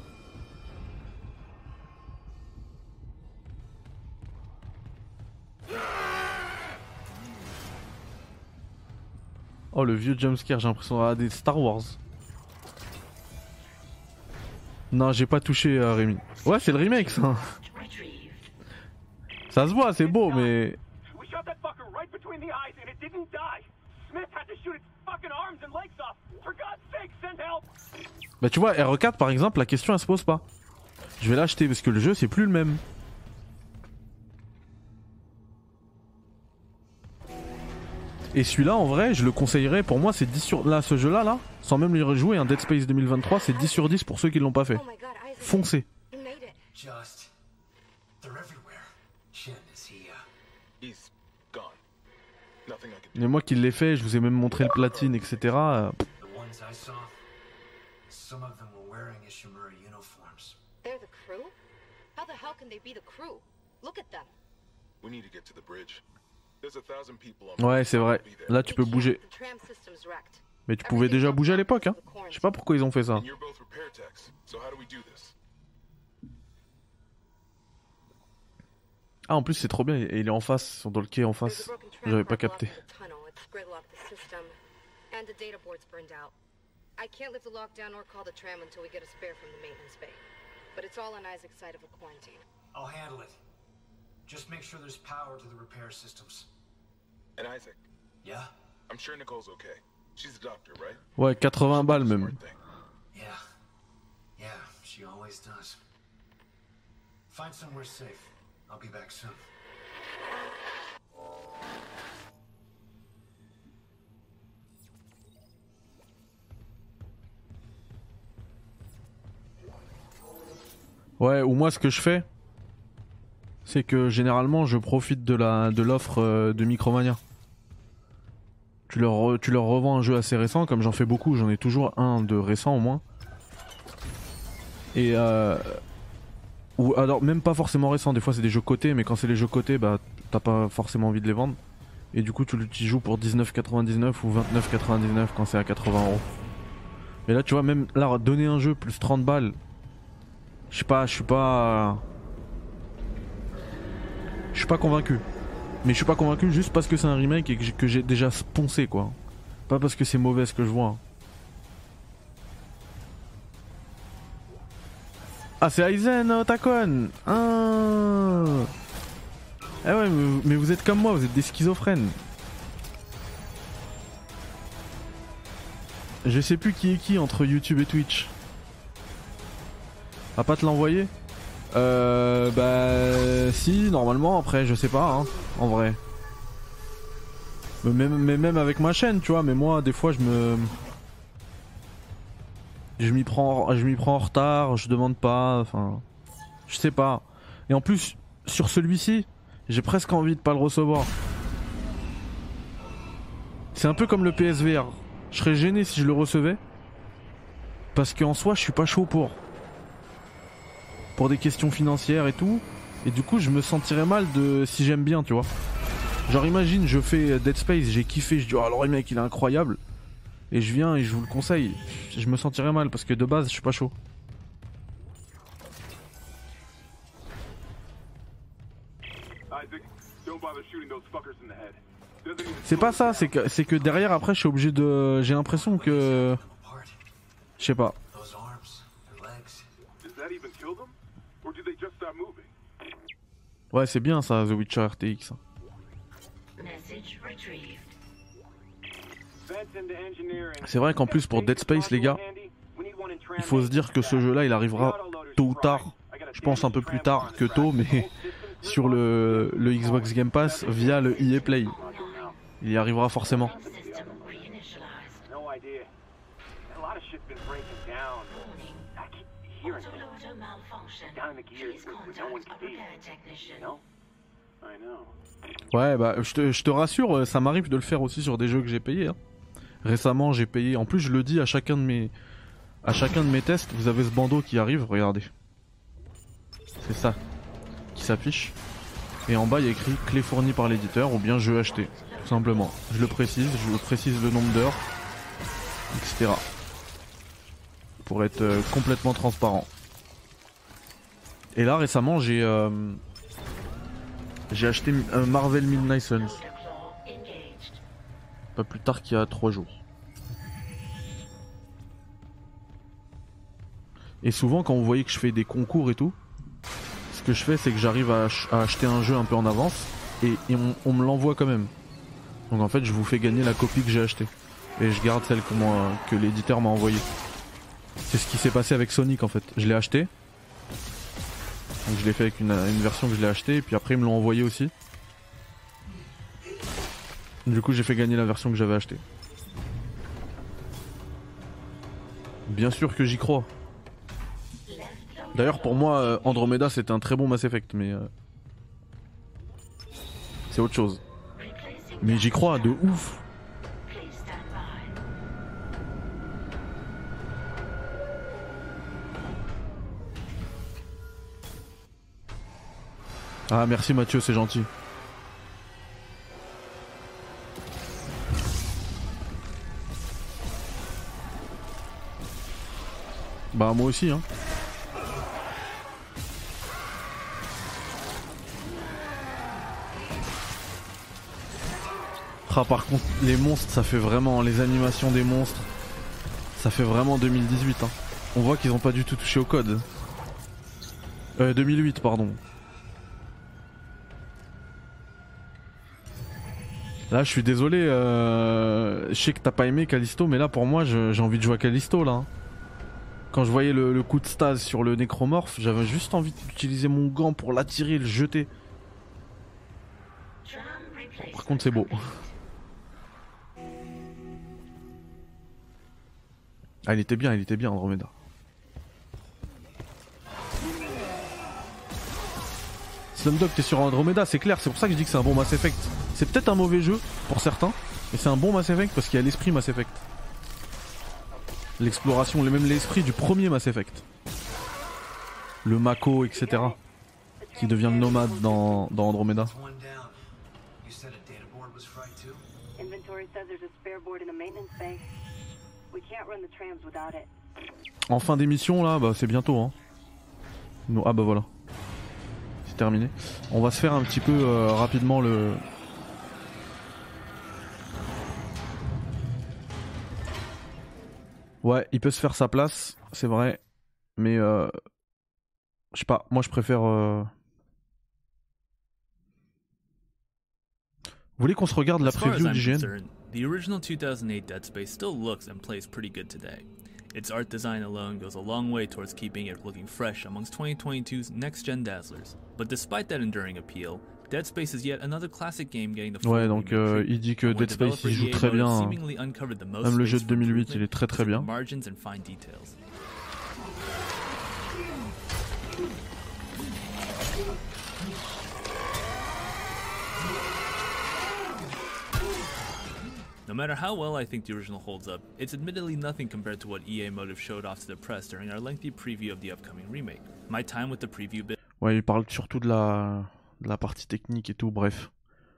Oh le vieux jumpscare, j'ai l'impression d'avoir des Star Wars. Non, j'ai pas touché Rémi. Ouais, c'est le remake ça. Ça se voit, c'est beau, mais... Bah tu vois, RE4 par exemple, la question elle se pose pas. Je vais l'acheter parce que le jeu c'est plus le même. Et celui-là en vrai, je le conseillerais, pour moi c'est 10 sur... Là, ce jeu là, sans même lui rejouer, un Dead Space 2023, c'est 10 sur 10 pour ceux qui l'ont pas fait. Oh my God, Isaac, Foncez. you made it. Just. They're everywhere. Shin, is he, He's gone. Nothing I can Mais moi qui l'ai fait, je vous ai même montré le platine, etc. The ones I saw, some of them were wearing Ishimura uniforms. They're the crew? How the hell can they be the crew? Look at them. We need to get to the bridge. There's 1,000 people on Ouais, c'est vrai. Là tu peux We bouger. can't. The tram system's wrecked. Mais tu pouvais déjà bouger à l'époque, hein. Je sais pas pourquoi ils ont fait ça. And you're both repair techs. So how do we do this? Ah en plus c'est trop bien, et il est en face, ils sont dans le quai en There's a face. broken tram J'avais pas car blocked capté. the tunnel. It's gridlocked the system. And the data board's burned out. I can't lift the lockdown or call the tram until we get a spare from the maintenance bay. But it's all on Isaac's side of a quarantine. I'll handle it. Just make sure there's power to the repair systems. And Isaac, Yeah? I'm sure Nicole's okay. She's a doctor, right? Ouais, 80 balles même. Smart thing. Yeah. Yeah, she always does. Find somewhere safe. I'll be back soon. Ouais, ou moi ce que je fais, c'est que généralement je profite de l'offre de Micromania. Tu leur revends un jeu assez récent, comme j'en fais beaucoup, j'en ai toujours un de récent au moins. Et ou alors même pas forcément récent, des fois c'est des jeux cotés, mais quand c'est les jeux cotés, bah t'as pas forcément envie de les vendre. Et du coup tu y joues pour 19,99 ou 29,99 quand c'est à 80 €. Et là tu vois, même là donner un jeu plus 30 balles, je sais pas, je suis pas convaincu. Mais je suis pas convaincu juste parce que c'est un remake et que j'ai déjà poncé quoi. Pas parce que c'est mauvais ce que je vois. Ah c'est Aizen Otakon. Ah. Ah ouais mais vous êtes comme moi, vous êtes des schizophrènes. Je sais plus qui est qui entre YouTube et Twitch. À pas te l'envoyer? Bah si, normalement, après je sais pas hein, en vrai. Mais même avec ma chaîne tu vois, mais moi des fois je m'y prends en retard, je demande pas, enfin je sais pas. Et en plus sur celui-ci, j'ai presque envie de pas le recevoir. C'est un peu comme le PSVR. Je serais gêné si je le recevais. Parce qu'en soi je suis pas chaud pour des questions financières et tout. Et du coup je me sentirais mal de si j'aime bien tu vois. Genre imagine je fais Dead Space, j'ai kiffé, je dis oh alors le mec il est incroyable. Et je viens et je vous le conseille. Je me sentirais mal parce que de base je suis pas chaud. Isaac, don't bother shooting those fuckers in the head. C'est pas ça, c'est que derrière après je suis obligé de... J'ai l'impression que... Je sais pas. Those arms, their legs. Does that even kill them? Or do they just stop moving? Ouais, c'est bien ça, The Witcher RTX. C'est vrai qu'en plus pour Dead Space les gars, il faut se dire que ce jeu là il arrivera tôt ou tard. Je pense un peu plus tard que tôt, mais sur le Xbox Game Pass via le EA Play. Il y arrivera forcément. No idea. A lot of shit's been breaking down. I keep hearing things. Down in the gears where no one can be. You know? I know. Ouais, bah je te rassure, ça m'arrive de le faire aussi sur des jeux que j'ai payés. Hein. Récemment, j'ai payé. En plus, je le dis à chacun de mes tests. Vous avez ce bandeau qui arrive. Regardez. C'est ça qui s'affiche. Et en bas, il y a écrit clé fournie par l'éditeur ou bien jeu acheté. Tout simplement. Je le précise le nombre d'heures, etc. Pour être complètement transparent. Et là, récemment, j'ai acheté Marvel Midnight Suns. Pas plus tard qu'il y a 3 jours. Et souvent quand vous voyez que je fais des concours et tout, ce que je fais c'est que j'arrive à acheter un jeu un peu en avance et on me l'envoie quand même. Donc en fait je vous fais gagner la copie que j'ai achetée. Et je garde celle que l'éditeur m'a envoyée. C'est ce qui s'est passé avec Sonic en fait. Je l'ai acheté. Donc je l'ai fait avec une version que je l'ai achetée et puis après ils me l'ont envoyé aussi. Du coup j'ai fait gagner la version que j'avais achetée. Bien sûr que j'y crois. D'ailleurs pour moi Andromeda c'était un très bon Mass Effect mais c'est autre chose. Mais j'y crois de ouf. Ah merci Mathieu, c'est gentil. Bah moi aussi hein. Ah par contre les monstres ça fait vraiment, les animations des monstres ça fait vraiment 2018 hein. On voit qu'ils ont pas du tout touché au code. 2008 pardon. Là je suis désolé, je sais que t'as pas aimé Callisto mais là pour moi j'ai envie de jouer à Callisto là. Quand je voyais le coup de stase sur le nécromorphe, j'avais juste envie d'utiliser mon gant pour l'attirer et le jeter. Par contre c'est beau. Ah il était bien Andromeda. Slumdog t'es sur Andromeda, c'est clair, c'est pour ça que je dis que c'est un bon Mass Effect. C'est peut-être un mauvais jeu pour certains, mais c'est un bon Mass Effect parce qu'il y a l'esprit Mass Effect. L'exploration, même l'esprit du premier Mass Effect. Le Mako, etc. Qui devient le nomade dans Andromeda. En fin d'émission là, bah c'est bientôt hein. Ah bah voilà. C'est terminé. On va se faire un petit peu rapidement le... Ouais, il peut se faire sa place, c'est vrai. Mais je sais pas, moi je préfère... Vous voulez qu'on se regarde la preview d'IGN? The original 2008 Dead Space still looks and plays pretty good today. Its art design alone goes a long way towards keeping it looking fresh amongst 2022's next-gen dazzlers. But despite that enduring appeal, Dead Space is yet another classic game getting the full ouais, donc il dit que Dead Space il joue très bien. Même le jeu de 2008 il est très très bien. No matter how well I think the original holds up, it's admittedly nothing compared to what EA Motive showed off to the press during our lengthy preview of the upcoming remake. My time with the preview bit... Ouais, il parle surtout de la partie technique et tout, bref.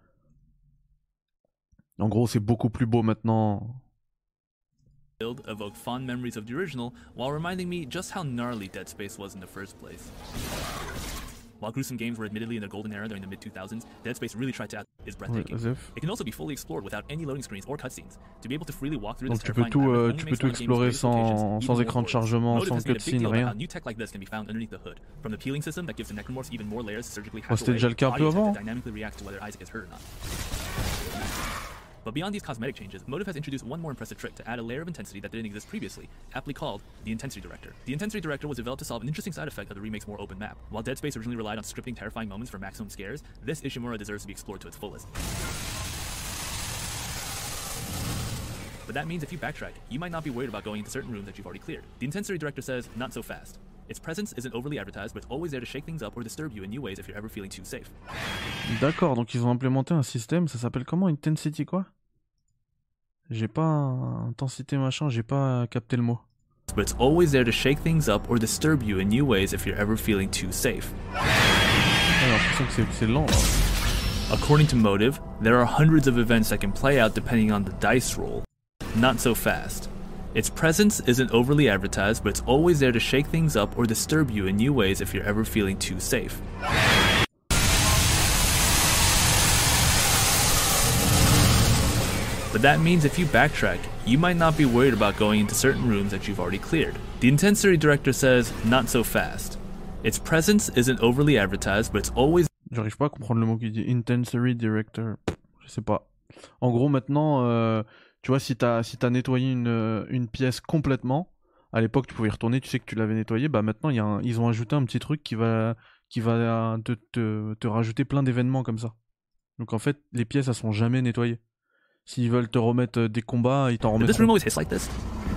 En gros, c'est beaucoup plus beau maintenant. Evoke fond memories of the original while reminding me just how gnarly Dead Space was in the first place. While gruesome games were admittedly in their golden era during the mid-2000s, Dead Space really tried to add is breathtaking. It can also be fully explored without any loading screens or cutscenes. To be able to freely walk through Donc this tu peux tout explorer sans écran de chargement, sans cutscene, rien. New tech like this can be found underneath the hood, from the peeling system that gives the necromorphs even more layers to surgically hack C'était away déjà le cas un peu avant. that dynamically reacts to whether Isaac is hurt or not. But beyond these cosmetic changes, Motive has introduced one more impressive trick to add a layer of intensity that didn't exist previously, aptly called the Intensity Director. The Intensity Director was developed to solve an interesting side effect of the remake's more open map. While Dead Space originally relied on scripting terrifying moments for maximum scares, this Ishimura deserves to be explored to its fullest. But that means if you backtrack, you might not be worried about going into certain rooms that you've already cleared. The Intensity Director says, not so fast. Its presence isn't overly advertised, but it's always there to shake things up or disturb you in new ways if you're ever feeling too safe. D'accord, donc ils ont implémenté un système, ça s'appelle comment? Intensity quoi? J'ai pas intensité machin, j'ai pas capté le mot. But it's always there to shake things up or disturb you in new ways if you're ever feeling too safe. J'ai l'impression que c'est lent là. According to Motive, there are hundreds of events that can play out depending on the dice roll. Not so fast. Its presence isn't overly advertised, but it's always there to shake things up or disturb you in new ways if you're ever feeling too safe. But that means if you backtrack, you might not be worried about going into certain rooms that you've already cleared. The Intensity Director says, not so fast. Its presence isn't overly advertised, but it's always... J'arrive pas à comprendre le mot qui dit Intensity Director. Je sais pas. En gros, maintenant, tu vois, si t'as nettoyé une pièce complètement, à l'époque tu pouvais y retourner, tu sais que tu l'avais nettoyé, bah maintenant ils ont ajouté un petit truc qui va te rajouter plein d'événements comme ça. Donc en fait, les pièces elles sont jamais nettoyées. S'ils veulent te remettre des combats, ils t'en remettent. Does this room always hiss like this?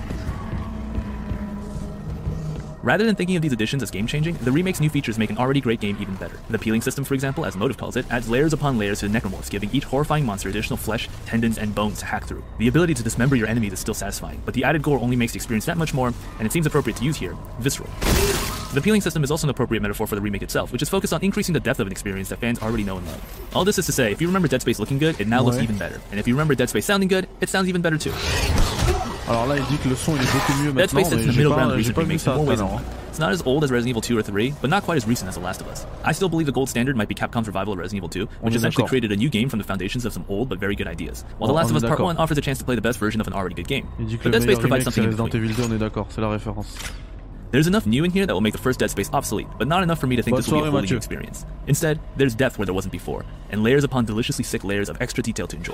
Rather than thinking of these additions as game-changing, the remake's new features make an already great game even better. The peeling system, for example, as Motive calls it, adds layers upon layers to the necromorphs, giving each horrifying monster additional flesh, tendons, and bones to hack through. The ability to dismember your enemies is still satisfying, but the added gore only makes the experience that much more, and it seems appropriate to use here, visceral. The peeling system is also an appropriate metaphor for the remake itself, which is focused on increasing the depth of an experience that fans already know and love. All this is to say, if you remember Dead Space looking good, it now looks even better. And if you remember Dead Space sounding good, it sounds even better too. Alors là, il dit que le son il est beaucoup mieux Dead maintenant, Space sits in mais the middle ground of j'ai recent pas vu remakes ça in more ways than alors. one. It's not as old as Resident Evil 2 or 3, but not quite as recent as The Last of Us. I still believe the gold standard might be Capcom's revival of Resident Evil 2, which essentially created a new game from the foundations of some old but very good ideas. While The Last of Us Part 1 offers a chance to play the best version of an already good game. Il dit que But le Dead Space meilleur provides remake c'est something in Resident between. Evil 2, on est d'accord, c'est la référence. There's enough new in here that will make the first Dead Space obsolete, but not enough for me to think this will be a wholly new experience. Instead, there's depth where there wasn't before, and layers upon deliciously sick layers of extra detail to enjoy.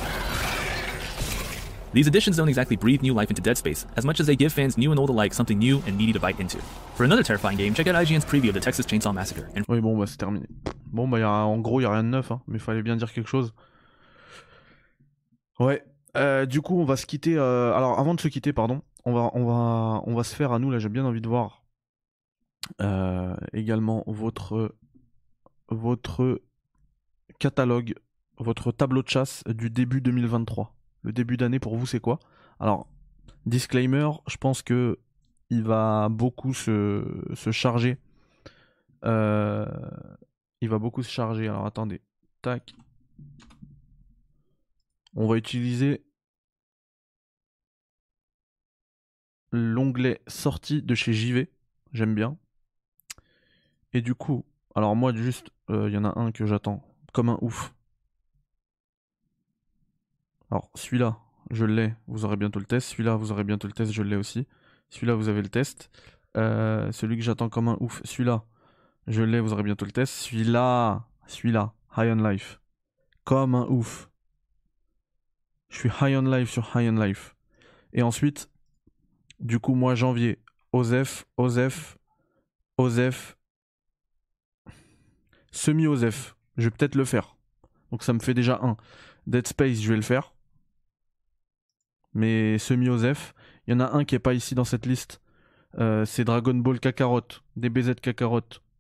These additions don't exactly breathe new life into Dead Space, as much as they give fans new and old alike something new and meaty to bite into. For another terrifying game, check out IGN's preview of the Texas Chainsaw Massacre. And oui, bon, bah c'est terminé. Bon, bah en gros, il y a rien de neuf, hein, mais il fallait bien dire quelque chose. Ouais, du coup, on va se quitter. Alors, avant de se quitter, pardon, on va se faire à nous, là, j'ai bien envie de voir également votre catalogue, votre tableau de chasse du début 2023. Le début d'année pour vous c'est quoi? Alors, disclaimer, je pense que il va beaucoup se charger. Il va beaucoup se charger. Alors attendez. Tac. On va utiliser l'onglet sortie de chez JV. J'aime bien. Et du coup, alors moi juste, il y en a un que j'attends comme un ouf. Alors celui-là, je l'ai, vous aurez bientôt le test. Celui-là, vous aurez bientôt le test, je l'ai aussi. Celui-là, vous avez le test. Celui que j'attends comme un ouf, celui-là, je l'ai, vous aurez bientôt le test. Celui-là, High on Life. Comme un ouf. Je suis High on Life sur High on Life. Et ensuite, du coup, moi, janvier, Osef, semi-Osef. Je vais peut-être le faire. Donc ça me fait déjà un. Dead Space, je vais le faire. Mais semi-Osef. Il y en a un qui est pas ici dans cette liste. C'est Dragon Ball Kakarot. DBZ Kakarot.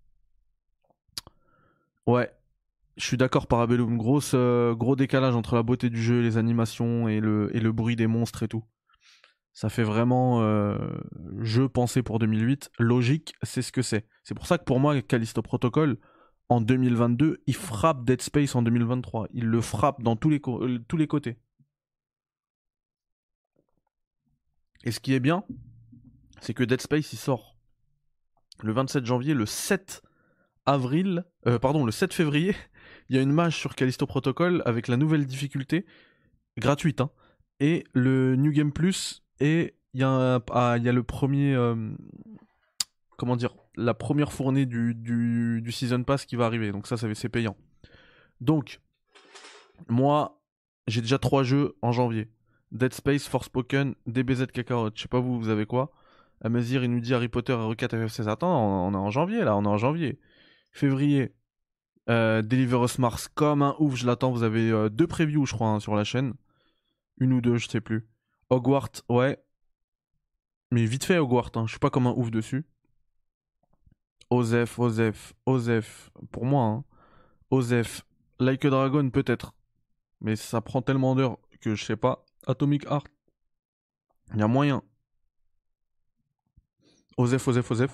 Ouais. Je suis d'accord, Parabellum. Gros décalage entre la beauté du jeu, les animations et le bruit des monstres et tout. Ça fait vraiment jeu pensé pour 2008. Logique, c'est ce que c'est. C'est pour ça que pour moi, Callisto Protocol, en 2022, il frappe Dead Space en 2023. Il le frappe dans tous les côtés. Et ce qui est bien, c'est que Dead Space, il sort le 27 janvier, le 7 le 7 février, il y a une mage sur Callisto Protocol avec la nouvelle difficulté, gratuite, hein, et le New Game Plus, et il y a le premier... comment dire, la première fournée du Season Pass qui va arriver, donc ça c'est payant. Donc, moi, j'ai déjà 3 jeux en janvier. Dead Space, Forspoken, DBZ Kakarot. Je sais pas vous avez quoi. Amazir, il nous dit Harry Potter, RE4, FF16. Attends, on est en janvier là, on est en janvier. Février, Deliver Us Mars comme un ouf, je l'attends. Vous avez 2 previews, je crois, hein, sur la chaîne. 1 ou 2, je sais plus. Hogwarts, ouais. Mais vite fait, Hogwarts, hein. Je suis pas comme un ouf dessus. Osef, pour moi, hein. Osef, Like a Dragon, peut-être. Mais ça prend tellement d'heures que je sais pas. Atomic Heart, il y a moyen. Osef. Je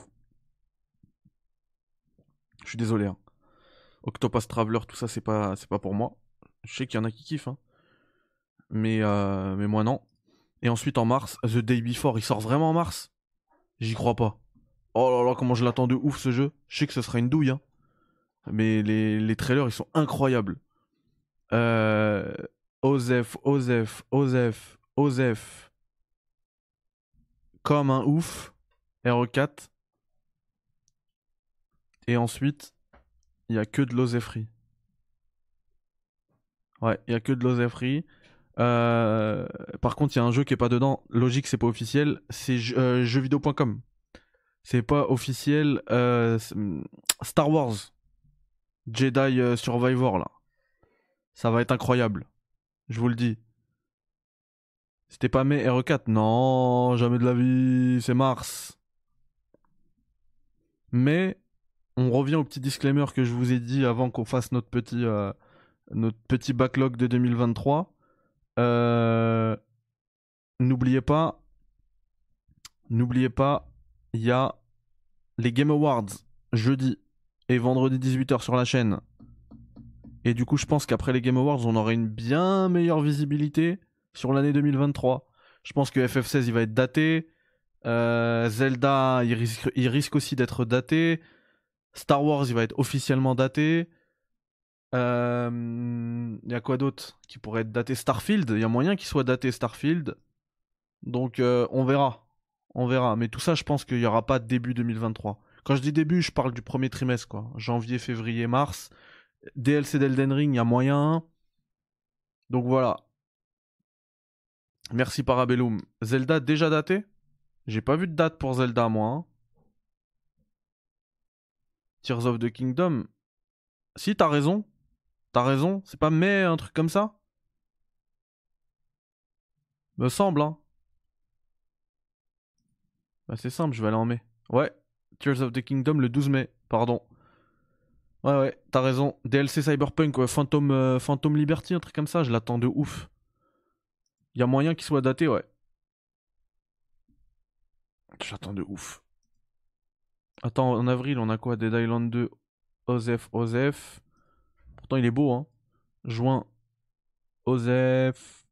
suis désolé, hein. Octopus Traveler, tout ça, c'est pas pour moi. Je sais qu'il y en a qui kiffent, hein. Mais moi, non. Et ensuite, en mars, The Day Before, il sort vraiment en mars? J'y crois pas. Oh là là, comment je l'attends de ouf, ce jeu. Je sais que ce sera une douille, hein. Mais les trailers, ils sont incroyables. Osef. Comme un ouf. RE4. Et ensuite, il y a que de l'Osefri. Ouais, il y a que de l'Osefri. Par contre, il y a un jeu qui est pas dedans. Logique, c'est pas officiel. C'est jeuxvideo.com. C'est pas officiel. Star Wars. Jedi Survivor, là. Ça va être incroyable. Je vous le dis. C'était pas mai RE4. Non, jamais de la vie. C'est mars. Mais on revient au petit disclaimer que je vous ai dit avant qu'on fasse notre petit backlog de 2023. N'oubliez pas, il y a les Game Awards jeudi et vendredi 18h sur la chaîne. Et du coup, je pense qu'après les Game Awards, on aura une bien meilleure visibilité sur l'année 2023. Je pense que FF16 il va être daté. Zelda, il risque aussi d'être daté. Star Wars, il va être officiellement daté. Il y a quoi d'autre qui pourrait être daté? Starfield, il y a moyen qu'il soit daté Starfield. Donc on verra. Mais tout ça, je pense qu'il n'y aura pas début 2023. Quand je dis début, je parle du premier trimestre, quoi. Janvier, février, mars. DLC d'Elden Ring, il y a moyen. Donc voilà. Merci Parabellum. Zelda déjà daté? J'ai pas vu de date pour Zelda, moi. Hein. Tears of the Kingdom. Si, t'as raison. C'est pas mai, un truc comme ça? Me semble, hein. Bah, c'est simple, je vais aller en mai. Ouais. Tears of the Kingdom le 12 mai. Pardon. Ouais, t'as raison. DLC Cyberpunk, ouais. Phantom Liberty, un truc comme ça. Je l'attends de ouf. Il y a moyen qu'il soit daté, ouais. J'attends de ouf. Attends, en avril, on a quoi? Dead Island 2, Osef. Pourtant, il est beau, hein. Juin, Osef.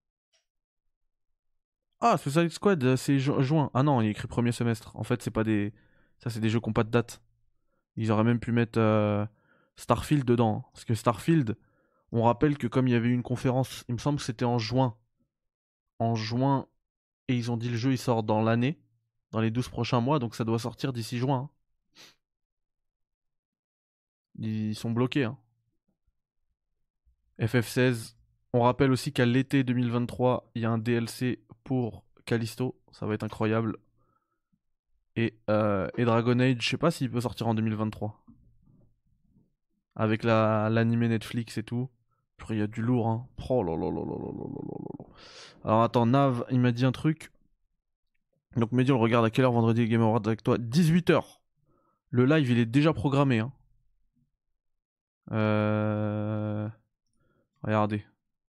Ah, Suicide Squad, c'est juin. Ah non, il est écrit premier semestre. En fait, c'est pas des... Ça, c'est des jeux qui n'ont pas de date. Ils auraient même pu mettre Starfield dedans. Parce que Starfield, on rappelle que comme il y avait eu une conférence, il me semble que c'était en juin. Et ils ont dit le jeu, il sort dans l'année. Dans les 12 prochains mois, donc ça doit sortir d'ici juin. Hein. Ils sont bloqués. Hein. FF16. On rappelle aussi qu'à l'été 2023, il y a un DLC pour Callisto. Ça va être incroyable. Et Dragon Age, je sais pas s'il peut sortir en 2023. Avec l'animé Netflix et tout. Il y a du lourd. Hein. Oh là là là là là là là là. Alors attends, Nav, il m'a dit un truc. Donc Mehdi, on le regarde à quelle heure vendredi Game Awards avec toi? 18h. Le live, il est déjà programmé. Hein. Regardez.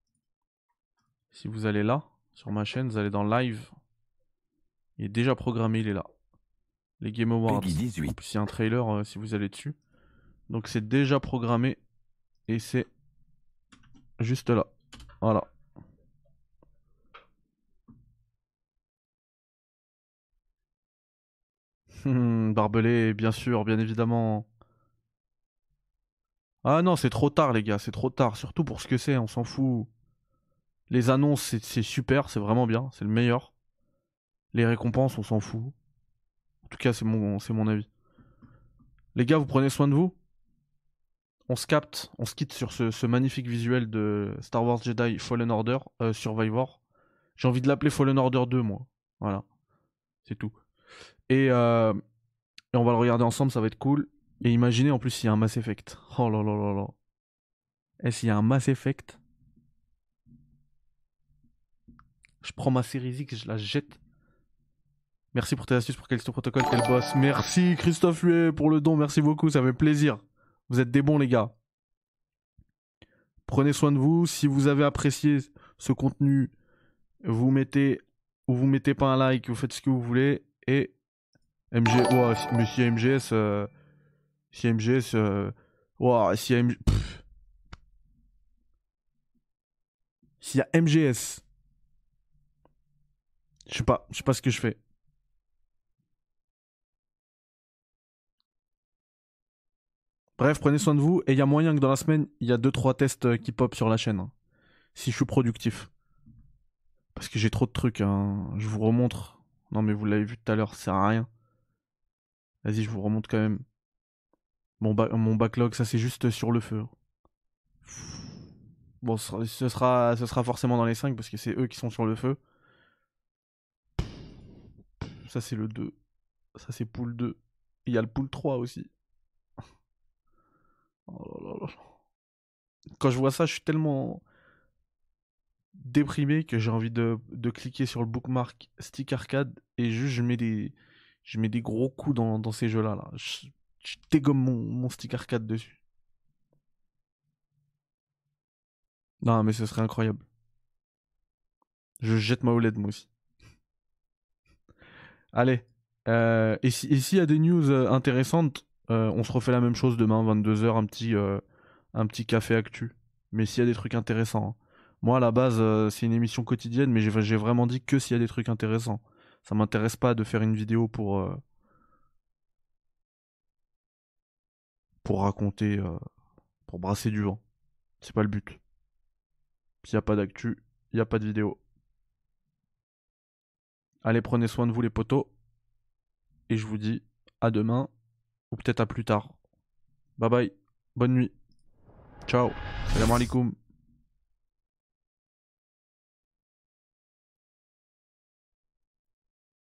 Si vous allez là, sur ma chaîne, vous allez dans live. Il est déjà programmé, il est là. Les Game Awards. En plus, il y a un trailer si vous allez dessus. Donc c'est déjà programmé. Et c'est juste là. Voilà. Barbelé, bien sûr, bien évidemment. Ah non, c'est trop tard, les gars, c'est trop tard. Surtout pour ce que c'est, on s'en fout. Les annonces, c'est super, c'est vraiment bien, c'est le meilleur. Les récompenses, on s'en fout. En tout cas, c'est mon avis. Les gars, vous prenez soin de vous. On se quitte sur ce magnifique visuel de Star Wars Jedi Fallen Order, Survivor. J'ai envie de l'appeler Fallen Order 2, moi. Voilà. C'est tout. Et on va le regarder ensemble, ça va être cool. Et imaginez en plus s'il y a un Mass Effect. Oh là là là là. Et s'il y a un Mass Effect, je prends ma série X, je la jette. Merci pour tes astuces pour Callisto Protocol, quel boss. Merci Christophe Huet pour le don, merci beaucoup, ça fait plaisir. Vous êtes des bons les gars. Prenez soin de vous. Si vous avez apprécié ce contenu, vous mettez pas un like, vous faites ce que vous voulez. Et MG, ouais, mais si MGS, ouais, s'il y a MGS, je sais pas ce que je fais. Bref, prenez soin de vous. Et il y a moyen que dans la semaine, il y a 2-3 tests qui pop sur la chaîne. Hein, si je suis productif. Parce que j'ai trop de trucs. Hein. Je vous remontre. Non, mais vous l'avez vu tout à l'heure, ça sert à rien. Vas-y, je vous remonte quand même. Mon backlog, ça c'est juste sur le feu. Bon, ce sera forcément dans les 5 parce que c'est eux qui sont sur le feu. Ça c'est le 2. Ça c'est pool 2. Il y a le pool 3 aussi. Oh là là là. Quand je vois ça, je suis tellement déprimé que j'ai envie de cliquer sur le bookmark Stick Arcade et juste je mets des gros coups dans ces jeux-là. Là. Je dégomme mon Stick Arcade dessus. Non, mais ce serait incroyable. Je jette ma OLED moi aussi. Allez. Et s'il y a des news intéressantes, on se refait la même chose demain, 22h, un petit café actu. Mais s'il y a des trucs intéressants. Hein. Moi, à la base, c'est une émission quotidienne, mais j'ai vraiment dit que s'il y a des trucs intéressants. Ça m'intéresse pas de faire une vidéo pour raconter, pour brasser du vent. C'est pas le but. S'il n'y a pas d'actu, il n'y a pas de vidéo. Allez, prenez soin de vous les potos. Et je vous dis à demain, ou peut-être à plus tard. Bye bye, bonne nuit. Ciao, salam alaikum.